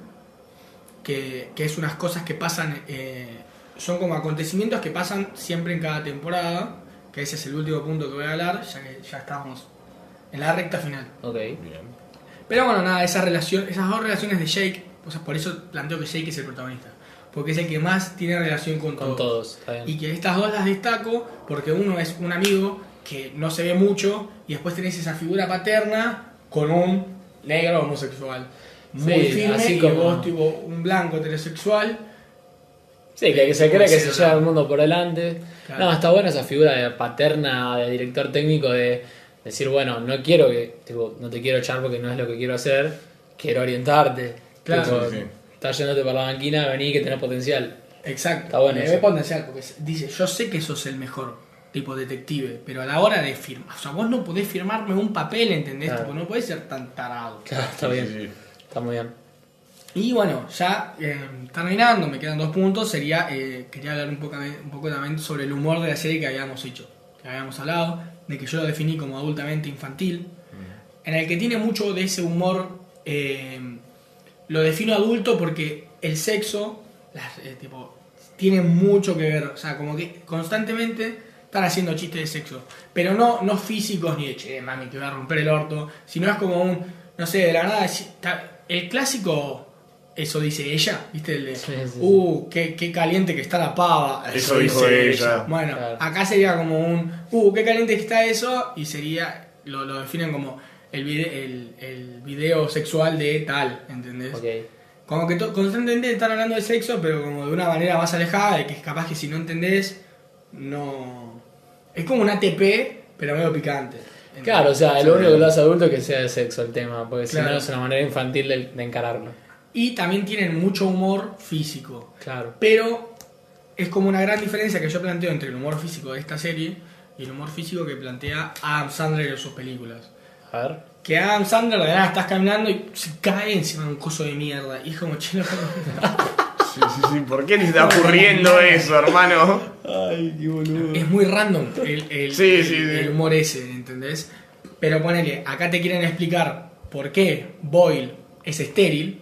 que es unas cosas que pasan, son como acontecimientos que pasan siempre en cada temporada, que ese es el último punto que voy a hablar, ya que ya estamos en la recta final. Ok. Bien. Pero bueno, nada, esas dos relaciones de Jake, o sea, por eso planteo que Jake es el protagonista, porque es el que más tiene relación con Todos, está bien. Y que estas dos las destaco porque uno es un amigo que no se ve mucho y después tenés esa figura paterna con un negro homosexual muy Sí, firme así y como- vos tipo un blanco heterosexual. Sí, que se cree que se Cero, lleva ¿no? el mundo por delante. Claro. No, está buena esa figura de paterna, de director técnico, de decir, bueno, no quiero que, tipo, no te quiero echar porque no es lo que quiero hacer, quiero orientarte. Claro. Tipo, Sí, sí. estás yéndote por la banquina, vení que tenés potencial. Exacto. Está bueno Le eso. ve potencial porque dice, yo sé que sos el mejor tipo detective, pero a la hora de firmar, o sea, vos no podés firmarme un papel, ¿entendés? Claro. Tipo, no podés ser tan tarado. Claro, está Sí, bien. sí, sí. Está muy bien. Y bueno, ya terminando, me quedan 2 puntos. Quería hablar un poco también sobre el humor de la serie que habíamos hecho, que habíamos hablado, de que yo lo definí como adultamente infantil, en el que tiene mucho de ese humor. Lo defino adulto porque el sexo, tiene mucho que ver. O sea, como que constantemente están haciendo chistes de sexo, pero no físicos ni de che, mami, te voy a romper el orto, sino es como un, no sé, de la nada, el clásico. Eso dice ella, ¿viste? El de, Sí, sí, sí. qué caliente que está la pava. Eso dijo ella. Bueno, Claro. acá sería como un, qué caliente que está eso, y sería, lo definen como el video sexual de tal, ¿entendés? Ok. Como que constantemente están hablando de sexo, pero como de una manera más alejada, de que es capaz que si no entendés, no... Es como un ATP, pero medio picante. ¿entendés? Claro, o sea, lo único que lo hace adulto es que sea de sexo el tema, porque si Claro. no es una manera infantil de encararlo. Y también tienen mucho humor físico. Claro. Pero es como una gran diferencia que yo planteo entre el humor físico de esta serie y el humor físico que plantea Adam Sandler en sus películas. A ver. Que Adam Sandler de nada estás caminando y se cae encima de un coso de mierda. Y es como, che, no. Sí, sí, sí. ¿Por qué ni se está ocurriendo eso, hermano? Ay, Ay, qué boludo. Es muy random Sí. el humor ese, ¿entendés? Pero ponele, acá te quieren explicar por qué Boyle es estéril.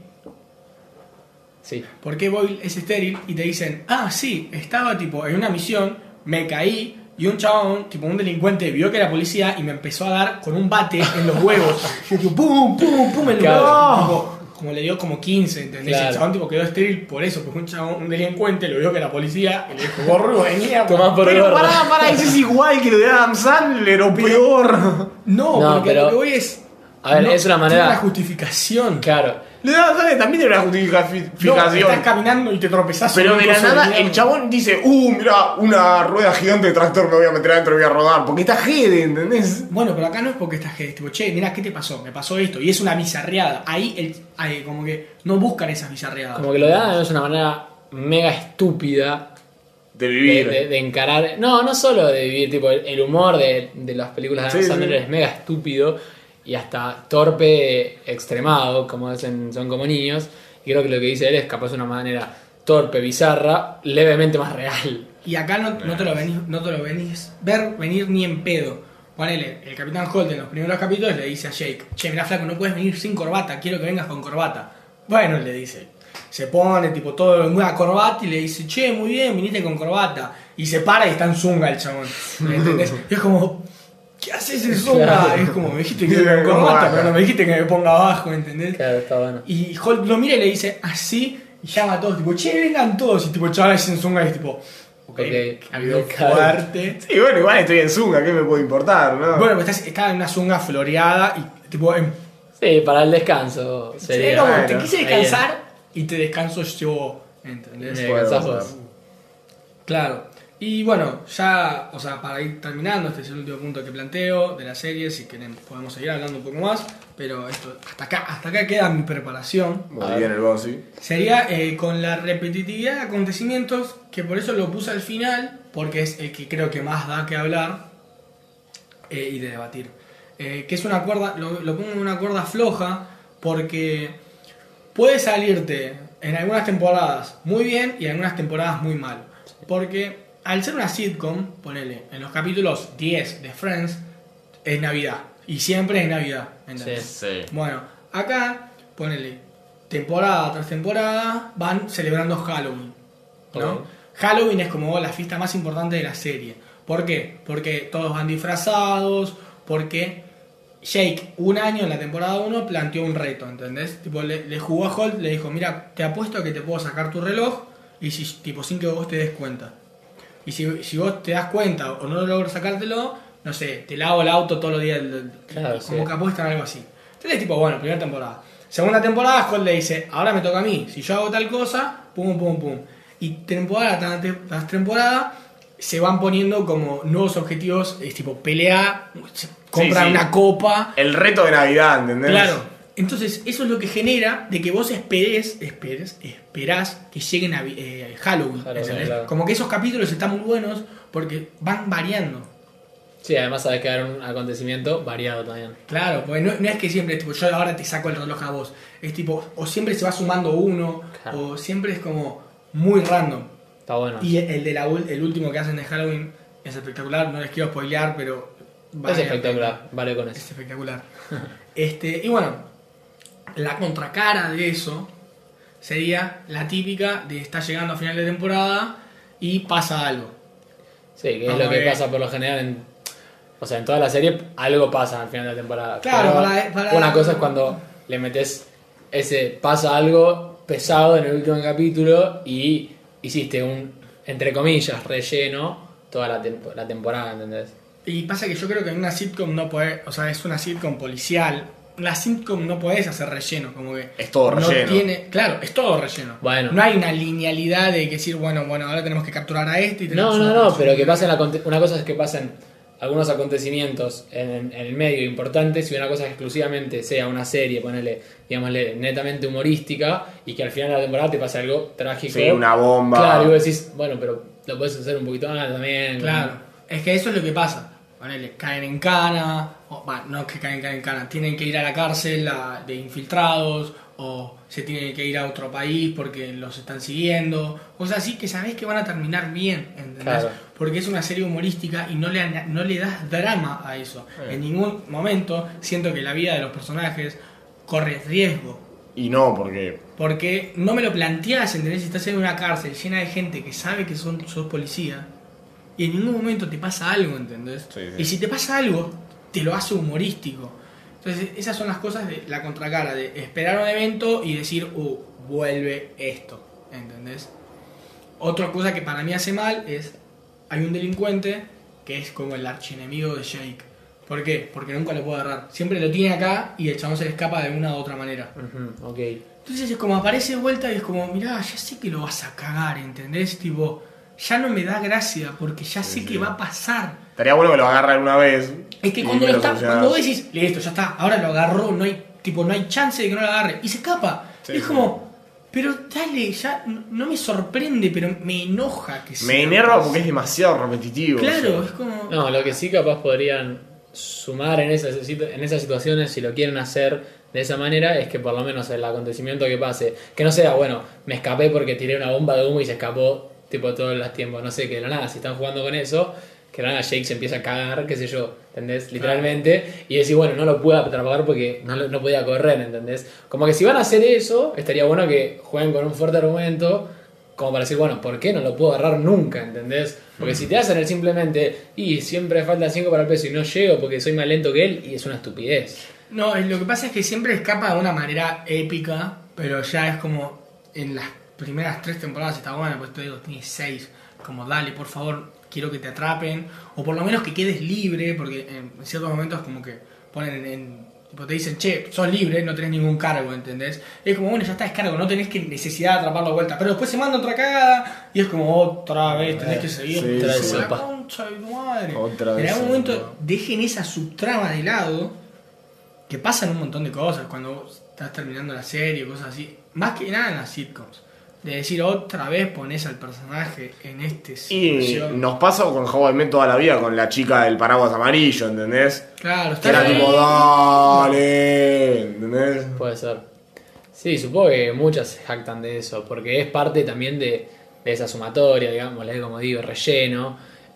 Sí. ¿Por qué Boyle es estéril? Y te dicen, sí, estaba tipo en una misión, me caí y un chabón, tipo un delincuente, vio que era policía y me empezó a dar con un bate en los huevos. Y tipo, pum, pum, pum, en los Claro. huevos. Tipo, como le dio como 15, ¿entendés? Claro. El chabón tipo quedó estéril por eso, porque un delincuente lo vio que era policía y le dijo, gorro de mierda. Tomás por Pero gordo. pará, ese es igual que lo de Adam Sandler o peor. No, No, porque pero- lo que voy es... A ver, es una manera- Tiene una justificación. Claro. Lo de Adam Sandler también tiene una No, justificación. estás caminando y te tropezás. Pero sobre de un la coso nada mierda. el chabón dice, mira, una rueda gigante de tractor, me voy a meter adentro y voy a rodar. Porque está jede, ¿entendés? Bueno, pero acá no es porque estás tipo, che, mirá, ¿qué te pasó? Me pasó esto. Y es una bizarreada. Ahí como que no buscan esas bizarreadas. Como que lo de Adam es una manera mega estúpida De vivir. de encarar. No solo de vivir, tipo, el humor de las películas de Adam Sí, Sandler sí. es mega estúpido y hasta torpe extremado, como dicen, son como niños. Y creo que lo que dice él es capaz de una manera torpe, bizarra, levemente más real. Y acá no te lo venís ver venir ni en pedo. Ponele, el Capitán Holt en los primeros capítulos le dice a Jake, che, mirá flaco, no puedes venir sin corbata, quiero que vengas con corbata. Bueno, le dice. Se pone tipo todo en una corbata y le dice, che, muy bien, viniste con corbata. Y se para y está en zunga el chabón. ¿Me entendés? Y es como, ¿qué haces en zunga? Claro. Es como, me dijiste que iba con corbata, pero no me dijiste que me ponga abajo, ¿entendés? Claro, está bueno. Y Holt lo mira y le dice así, y llama a todos, tipo, che, vengan todos. Y tipo, chaval en zunga y es tipo, ok, ha habido claro. fuerte. Sí, bueno, igual estoy en Zunga, ¿qué me puede importar, no? Bueno, pues estaba en una zunga floreada y tipo, Sí, para el descanso sería. como, bueno, te quise ahí descansar y te descanso yo, ¿entendés? Me Puede descansás pasar. vos. Claro. Y bueno, ya, o sea, para ir terminando, este es el último punto que planteo de la serie, si quieren podemos seguir hablando un poco más, pero esto, hasta acá queda mi preparación. Muy bien el Bossi. Sería con la repetitividad de acontecimientos, que por eso lo puse al final, porque es el que creo que más da que hablar y de debatir. Que es una cuerda, lo pongo en una cuerda floja, porque puede salirte en algunas temporadas muy bien y en algunas temporadas muy mal. Porque al ser una sitcom, ponele, en los capítulos 10 de Friends, es Navidad. Y siempre es Navidad. ¿entendés? Sí. Bueno, acá, ponele, temporada tras temporada, van celebrando Halloween, ¿no? Ok. Halloween es como la fiesta más importante de la serie. ¿Por qué? Porque todos van disfrazados, porque Jake, un año en la temporada 1, planteó un reto, ¿entendés? Tipo, le jugó a Holt, le dijo, mira, te apuesto a que te puedo sacar tu reloj, y tipo, sin que vos te des cuenta. Y si vos te das cuenta o no logras sacártelo, no sé, te lavo el auto todos los días. Claro, como sí. que apuestan algo así. Entonces, tipo, bueno, primera temporada. Segunda temporada, Holt le dice, ahora me toca a mí. Si yo hago tal cosa, pum, pum, pum. Y temporada tras temporada se van poniendo como nuevos objetivos, es tipo pelear, compran sí. una copa. El reto de Navidad, ¿entendés? Claro. Entonces, eso es lo que genera de que vos esperás que llegue Halloween. Halloween, ¿entendés? claro. Como que esos capítulos están muy buenos porque van variando. Sí, además sabes que va a haber un acontecimiento variado también. Claro, porque no es que siempre tipo, yo ahora te saco el reloj a vos. Es tipo, o siempre se va sumando uno, Claro. o siempre es como muy random. Está bueno. Y el último que hacen de Halloween es espectacular, no les quiero spoilear, pero Es vale la espectacular, vale con Es eso. espectacular. Y bueno, la contracara de eso sería la típica de estar llegando a final de temporada y pasa algo. Sí, que es Vamos lo que a ver. pasa por lo general en toda la serie, algo pasa al final de la temporada. Claro, Pero para- una cosa es cuando le metes pasa algo pesado en el último capítulo y hiciste un, entre comillas, relleno toda la temporada, ¿entendés? Y pasa que yo creo que en una sitcom no podés, o sea, es una sitcom policial. La sitcom no podés hacer relleno, como que Es todo no relleno. claro, es todo relleno. Bueno. No hay una linealidad de que decir, bueno, ahora tenemos que capturar a este y tenemos No, una pero que persona. pasen una cosa es que pasen algunos acontecimientos en el medio importantes y una cosa es que exclusivamente sea una serie, ponele, digámosle, netamente humorística y que al final de la temporada te pase algo trágico. Sí, una bomba. Claro, y vos decís, bueno, pero lo puedes hacer un poquito más también. Claro, es que eso es lo que pasa. Ponele, caen en cana, no que caen en cana, tienen que ir a la cárcel de infiltrados, o se tienen que ir a otro país porque los están siguiendo, cosas así que sabés que van a terminar bien, ¿entendés? ¿entendés? Claro. Porque es una serie humorística y no le das drama a eso. En ningún momento siento que la vida de los personajes corre riesgo. Y no, porque No me lo planteás, ¿entendés? Si estás en una cárcel llena de gente que sabe que sos policía y en ningún momento te pasa algo, ¿entendés? Sí. Y si te pasa algo, te lo hace humorístico. Entonces, esas son las cosas de la contracara, de esperar un evento y decir, vuelve esto, ¿entendés? Otra cosa que para mí hace mal es, hay un delincuente que es como el archienemigo de Jake. ¿Por qué? Porque nunca lo puede agarrar. Siempre lo tiene acá y el chabón se le escapa de una u otra manera. Ok. Entonces es como aparece de vuelta y es como, mirá, ya sé que lo vas a cagar, ¿entendés? Tipo, ya no me da gracia porque ya sé que va a pasar. estaría bueno que lo agarre alguna vez. Es que y cuando me lo cuando solucionás. vos decís, listo, ya está, ahora lo agarró, no hay chance de que no lo agarre. Y se escapa. Sí, es como, pero dale, ya no me sorprende, pero me enoja que sea. Me enerva porque es demasiado repetitivo. Claro, o es sea. como. No, lo que sí capaz podrían sumar en esas situaciones, si lo quieren hacer de esa manera, es que por lo menos el acontecimiento que pase, que no sea, bueno, me escapé porque tiré una bomba de humo y se escapó tipo todo el tiempo, no sé, que de la nada, si están jugando con eso, que de la nada Jake se empieza a cagar, qué sé yo, ¿entendés? Literalmente, y decir, bueno, no lo pude atrapar porque no podía correr, ¿entendés? Como que si van a hacer eso, estaría bueno que jueguen con un fuerte argumento, como para decir, bueno, ¿por qué no lo puedo agarrar nunca? ¿Entendés? Porque si te hacen el simplemente, y siempre falta 5 para el peso y no llego porque soy más lento que él, y es una estupidez. No, lo que pasa es que siempre escapa de una manera épica, pero ya es como en las primeras 3 temporadas está bueno, pues te digo, tienes 6, como dale, por favor, quiero que te atrapen, o por lo menos que quedes libre, porque en ciertos momentos como que ponen tipo te dicen, che, sos libre, no tenés ningún cargo, ¿entendés? Y es como, bueno, ya está, es cargo, no tenés que necesidad de atraparlo de vuelta, pero después se manda otra cagada, y es como, otra vez, tenés que seguir, Sí, la sí. concha de tu madre. Otra vez En algún se momento mandó. dejen esa subtrama de lado, que pasan un montón de cosas cuando vos estás terminando la serie, cosas así, más que nada en las sitcoms. De decir otra vez pones al personaje en esta Y situación. nos pasa con How I Met toda la vida, con la chica del paraguas amarillo, ¿entendés? Claro, Que era ahí. tipo, dale, ¿entendés? Puede ser. Sí, supongo que muchas se jactan de eso, porque es parte también de esa sumatoria, digamos, como digo, relleno,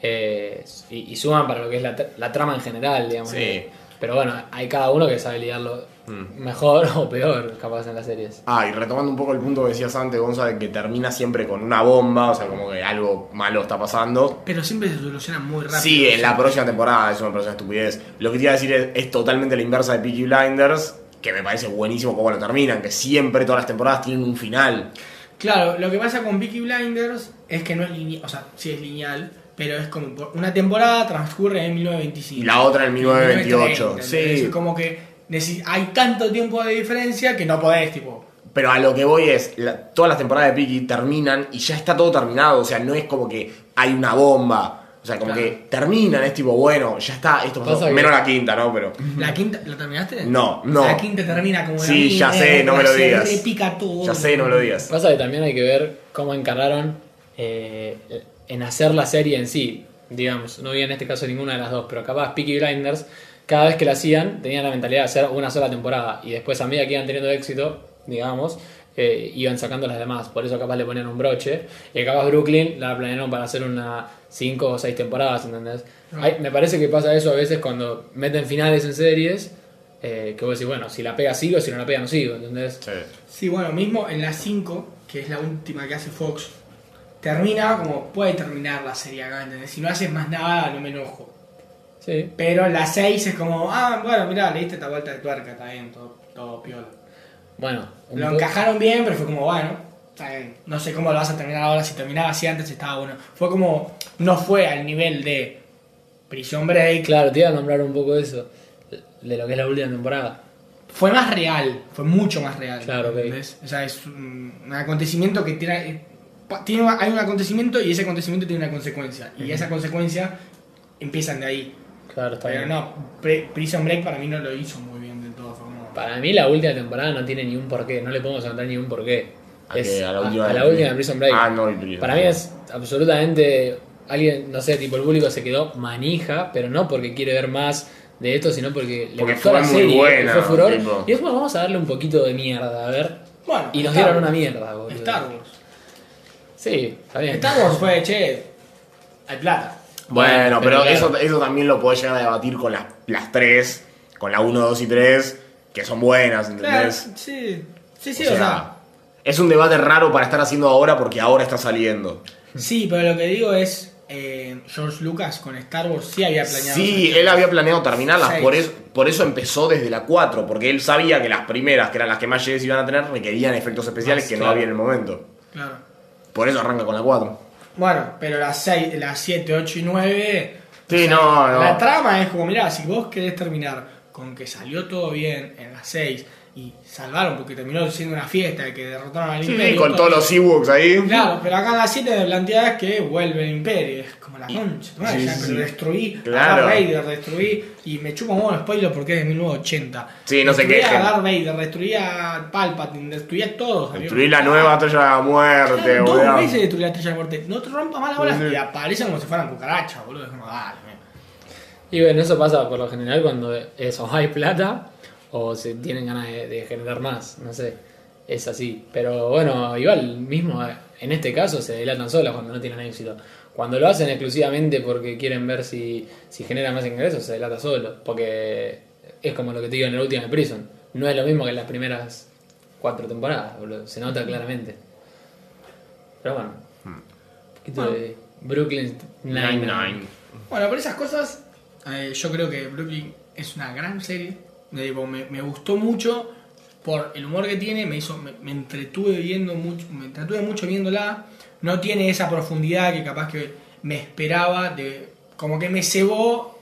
y suman para lo que es la trama en general, digamos. Sí. Pero bueno, hay cada uno que sabe lidiarlo mejor o peor, capaz, en las series. Ah, y retomando un poco el punto que decías antes, Gonza, de que termina siempre con una bomba, o sea, como que algo malo está pasando. Pero siempre se soluciona muy rápido. Sí, en la próxima temporada eso me parece una estupidez. Lo que te iba a decir es totalmente la inversa de Peaky Blinders, que me parece buenísimo cómo lo terminan, que siempre todas las temporadas tienen un final. Claro, lo que pasa con Peaky Blinders es que no es lineal, o sea, sí es lineal, pero es como una temporada transcurre en 1925. Y la otra en 1928. 1930, Sí. es como que hay tanto tiempo de diferencia que no podés, tipo. Pero a lo que voy es, todas las temporadas de Peaky terminan y ya está todo terminado, o sea, no es como que hay una bomba. O sea, como Claro. que terminan, es tipo, bueno, ya está, esto pasó. Pasa que- Menos la quinta, ¿no? Pero. ¿La quinta la terminaste? No, O no. sea, la quinta termina como Sí, la ya sé, no me lo se digas. repica todo. Ya sé, no me lo digas. Pasa que también hay que ver cómo encararon en hacer la serie en sí. Digamos, no vi en este caso ninguna de las dos, pero capaz Peaky Blinders, cada vez que la hacían, tenían la mentalidad de hacer una sola temporada. Y después, a medida que iban teniendo éxito, digamos, iban sacando las demás. Por eso capaz le ponían un broche. Y capaz Brooklyn la planearon para hacer una 5 o 6 temporadas, ¿entendés? Me parece que pasa eso a veces cuando meten finales en series. Que vos decís, bueno, si la pega sigo, si no la pega no sigo, ¿entendés? Sí. Sí, bueno, mismo en la 5, que es la última que hace Fox, termina como puede terminar la serie acá, ¿entendés? Si no haces más nada, no me enojo. Sí. Pero la 6 es como, bueno, mirá, le diste esta vuelta de tuerca, está bien, todo piola. Bueno, Lo encajaron bien, pero fue como, bueno, está bien. No sé cómo lo vas a terminar ahora, si terminaba así antes estaba bueno. Fue como, no fue al nivel de Prison Break. claro, te iba a nombrar un poco eso, de lo que es la última temporada. Fue más real, fue mucho más real. Claro, ok. ¿entendés? O sea, es un acontecimiento que hay un acontecimiento y ese acontecimiento tiene una consecuencia. Y esa consecuencia empiezan de ahí. Claro, está Pero bien. no, Prison Break para mí no lo hizo muy bien del todo. Fue como- Para mí la última temporada no tiene ni un porqué, no le podemos encontrar ni un porqué. ¿A qué? ¿A la última a de la última de Prison Break. Ah, no, el Prison Para mí Break. es absolutamente alguien, no sé, tipo el público se quedó manija, pero no porque quiere ver más de esto, sino porque le Porque gustó fue la muy serie, buena, fue furor. tipo. Y después vamos a darle un poquito de mierda, a ver. Bueno, Y nos Star dieron Wars. una mierda, boludo. Star Wars. Sí, está bien. Star Wars fue, che, hay plata. Bueno, pero claro. eso también lo podés llegar a debatir con las 3, con la 1, 2 y 3, que son buenas, Claro, ¿entendés? sí, O sea, es un debate raro para estar haciendo ahora porque ahora está saliendo. sí, pero lo que digo es, George Lucas con Star Wars sí había planeado. Sí, hacer él había planeado terminarlas, 6. por eso empezó desde la 4, porque él sabía que las primeras, que eran las que más llegues iban a tener, requerían efectos especiales que no claro. había en el momento. Claro. Por eso arranca con la 4. Bueno, pero las 7, 8 y 9. Sí, no. La trama es como, mirá, si vos querés terminar con que salió todo bien en las 6 y salvaron porque terminó siendo una fiesta que derrotaron al Imperio. Sí, con todos los Ewoks ahí. Claro, pero acá en las 7 me planteás que vuelve el Imperio. Es como la concha, ¿no? Sí, Ya, sí. pero destruí Claro. a Darth Vader, destruí. Y me chupa un huevo el spoiler porque es de 1980. Sí, no se Destruí quejen. a Darth Vader, destruí a Palpatine, destruí a todos. Destruir la nueva estrella de la muerte, Claro, dos boludo. veces destruí la estrella de la muerte. No te rompas más las bolas. Sí. Y aparecen como si fueran cucarachas, boludo. Es como, dale, man. Y bueno, eso pasa por lo general cuando eso hay plata o se tienen ganas de generar más, no sé, es así. Pero bueno, igual mismo en este caso se delatan solas cuando no tienen éxito. Cuando lo hacen exclusivamente porque quieren ver si genera más ingresos, se delata solo. Porque es como lo que te digo en el último de Prison. No es lo mismo que en las primeras 4 temporadas, boludo. Se nota claramente. Pero bueno, un poquito de Brooklyn Nine-Nine. Bueno, por esas cosas, yo creo que Brooklyn es una gran serie. Me gustó mucho por el humor que tiene, me entretuve viendo mucho, me entretuve mucho viéndola. No tiene esa profundidad que capaz que me esperaba, como que me cebó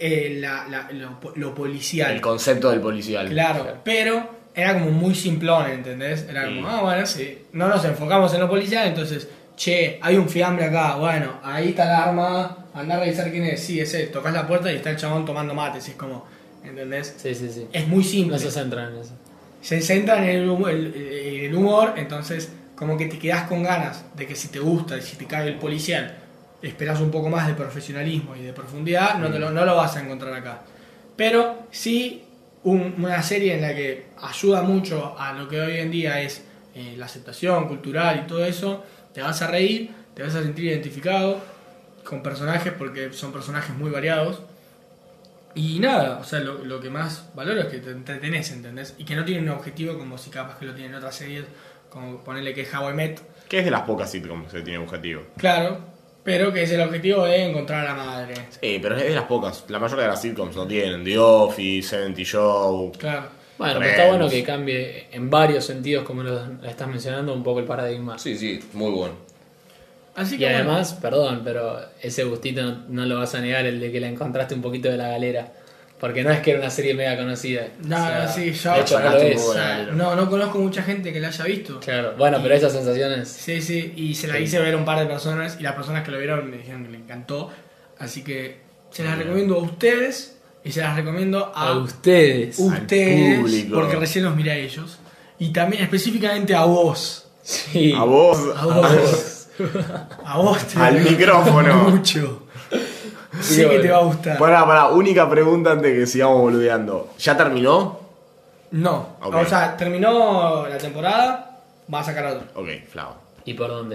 lo policial. El concepto del policial. Claro, pero era como muy simplón, ¿entendés? Era como, bueno, sí, no nos enfocamos en lo policial, entonces, che, hay un fiambre acá, bueno, ahí está el arma, andá a revisar quién es, sí, ese, tocas la puerta y está el chabón tomando mates, es como, ¿entendés? Sí, sí, sí. Es muy simple. No se centran en eso. Se centra en el humor, entonces como que te quedás con ganas de que si te gusta y si te cae el policial, esperás un poco más de profesionalismo y de profundidad, no lo vas a encontrar acá. Pero sí una serie en la que ayuda mucho a lo que hoy en día es la aceptación cultural y todo eso, te vas a reír, te vas a sentir identificado con personajes porque son personajes muy variados. Y nada, o sea, lo que más valoro es que te entretenés, ¿entendés? Y que no tiene un objetivo como si capaz que lo tienen otras series, como ponerle que es How I Met. Que es de las pocas sitcoms que tiene objetivo. Claro, pero que es el objetivo de encontrar a la madre. Sí, pero es de las pocas. La mayoría de las sitcoms no tienen. The Office, 70 Show. Claro. Bueno, pero Friends. está bueno que cambie en varios sentidos, como lo estás mencionando, un poco el paradigma. Sí, muy bueno. Así Y que bueno, además, perdón, pero ese gustito no lo vas a negar, el de que la encontraste un poquito de la galera. Porque no es que era una serie mega conocida. No, sí, yo- de hecho no lo sacaste un es. poco o sea, no conozco mucha gente que la haya visto. Claro, bueno, pero esas sensaciones. Sí, y se la hice ver a un par de personas y las personas que lo vieron me dijeron que le encantó. Así que se las recomiendo a ustedes y se las recomiendo A ustedes. ustedes, público. porque recién los miré a ellos. Y también específicamente a vos. Sí. A vos. A vos. A vos te Al lo micrófono. mucho. Sé que te va a gustar. Pará, única pregunta antes de que sigamos boludeando. ¿Ya terminó? No, Ok. o sea, terminó la temporada, va a sacar otro. Ok, flavo. ¿Y por dónde?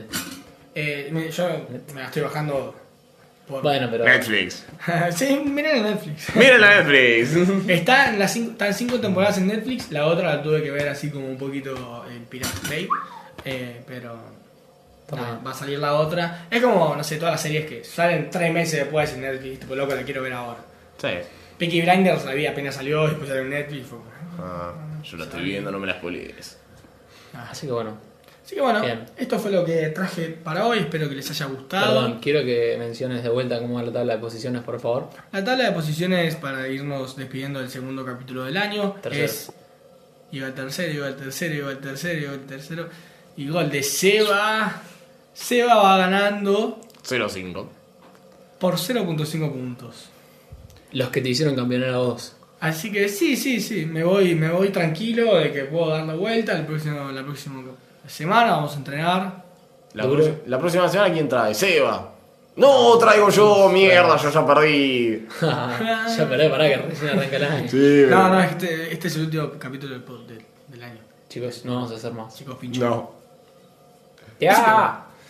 Yo me la estoy bajando por... Bueno, pero. Netflix. Sí, miren en Netflix. Miren la Netflix. Están 5 temporadas en Netflix, la otra la tuve que ver así como un poquito en Pirate Bay, pero nada, va a salir la otra. Es como, no sé, todas las series que salen 3 meses después en Netflix, tipo loco, la quiero ver ahora. Sí. Peaky Blinders la vi apenas salió, después salió en Netflix. Fue... Yo la estoy viendo, no me la spoilees. Así que bueno. Así que bueno, Bien. esto fue lo que traje para hoy, espero que les haya gustado. Perdón, quiero que menciones de vuelta cómo va la tabla de posiciones, por favor. La tabla de posiciones para irnos despidiendo del segundo capítulo del año Tercero. es... Iba el tercero, iba el tercero, iba el tercero, iba el tercero. Y gol de Seba. Seba va ganando 0-5. por 0.5 puntos. Los que te hicieron campeonar a vos. Así que sí, me voy tranquilo de que puedo dar la vuelta la próxima semana, vamos a entrenar. La próxima semana, ¿quién trae? Seba. No, traigo yo, mierda, yo ya perdí. Ya perdé, pará que recién arranca el año. Sí, No, este es el último capítulo del año. Chicos, no vamos a hacer más. Chicos, pincho. No. ¡Ya!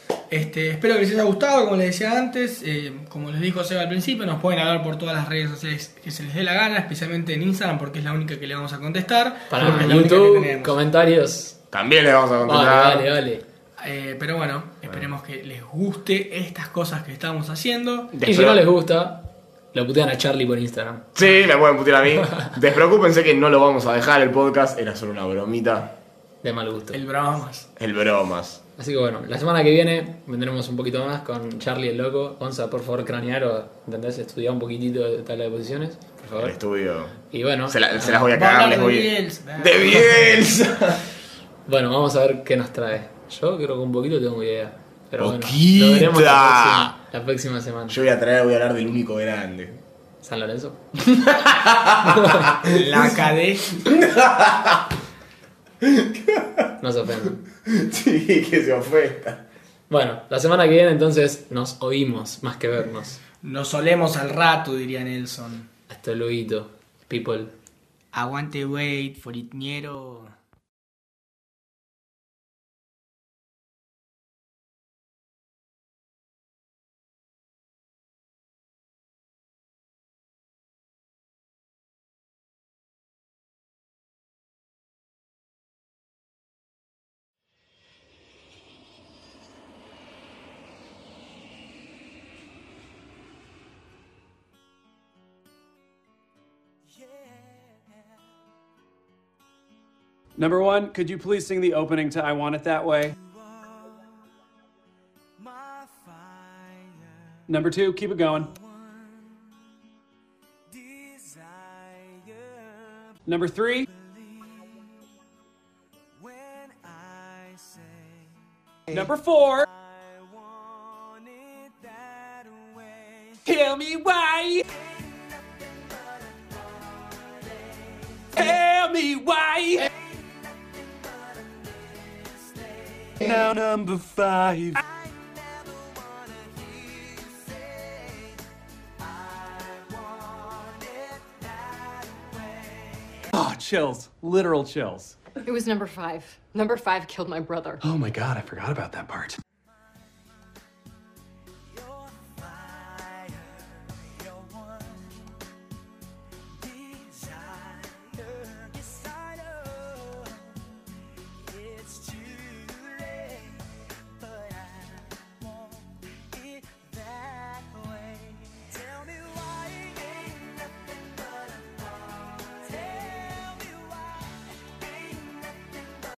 Espero que les haya gustado, como les decía antes. Como les dijo Seba al principio, nos pueden hablar por todas las redes sociales que se les dé la gana, especialmente en Instagram, porque es la única que le vamos a contestar. Para porque es la única que YouTube, tenemos. comentarios. También le vamos a contestar. Vale. Pero bueno, esperemos que les guste estas cosas que estamos haciendo. Y si no les gusta, lo putean a Charlie por Instagram. Sí, me pueden putear a mí. Despreocúpense que no lo vamos a dejar el podcast, era solo una bromita. De mal gusto. El bromas. El bromas. Así que bueno, la semana que viene vendremos un poquito más con Charlie el loco. Onza, por favor, cranear o ¿entendés? Estudiar un poquitito de tabla de posiciones, por El favor. estudio. Y bueno, Se las voy a Va a cagar, hablar les de voy Bielsa. ¡De Bielsa! bueno, vamos a ver qué nos trae. Yo creo que un poquito tengo idea. Pero bueno, ¡Poquita! lo veremos la próxima semana. Yo voy a hablar del único grande. San Lorenzo. La KD. No se ofendan. Sí, que se ofenda. Bueno, la semana que viene entonces nos oímos más que vernos. Nos solemos al rato, diría Nelson. Hasta luego, people. Aguante, wait for it, ñero. Number one, could you please sing the opening to I Want It That Way? Number two, keep it going. Number three. Number four. Tell me why. Tell me why. Now number five. Oh, chills. Literal chills. It was number 5. Number 5 killed my brother. Oh my god, I forgot about that part.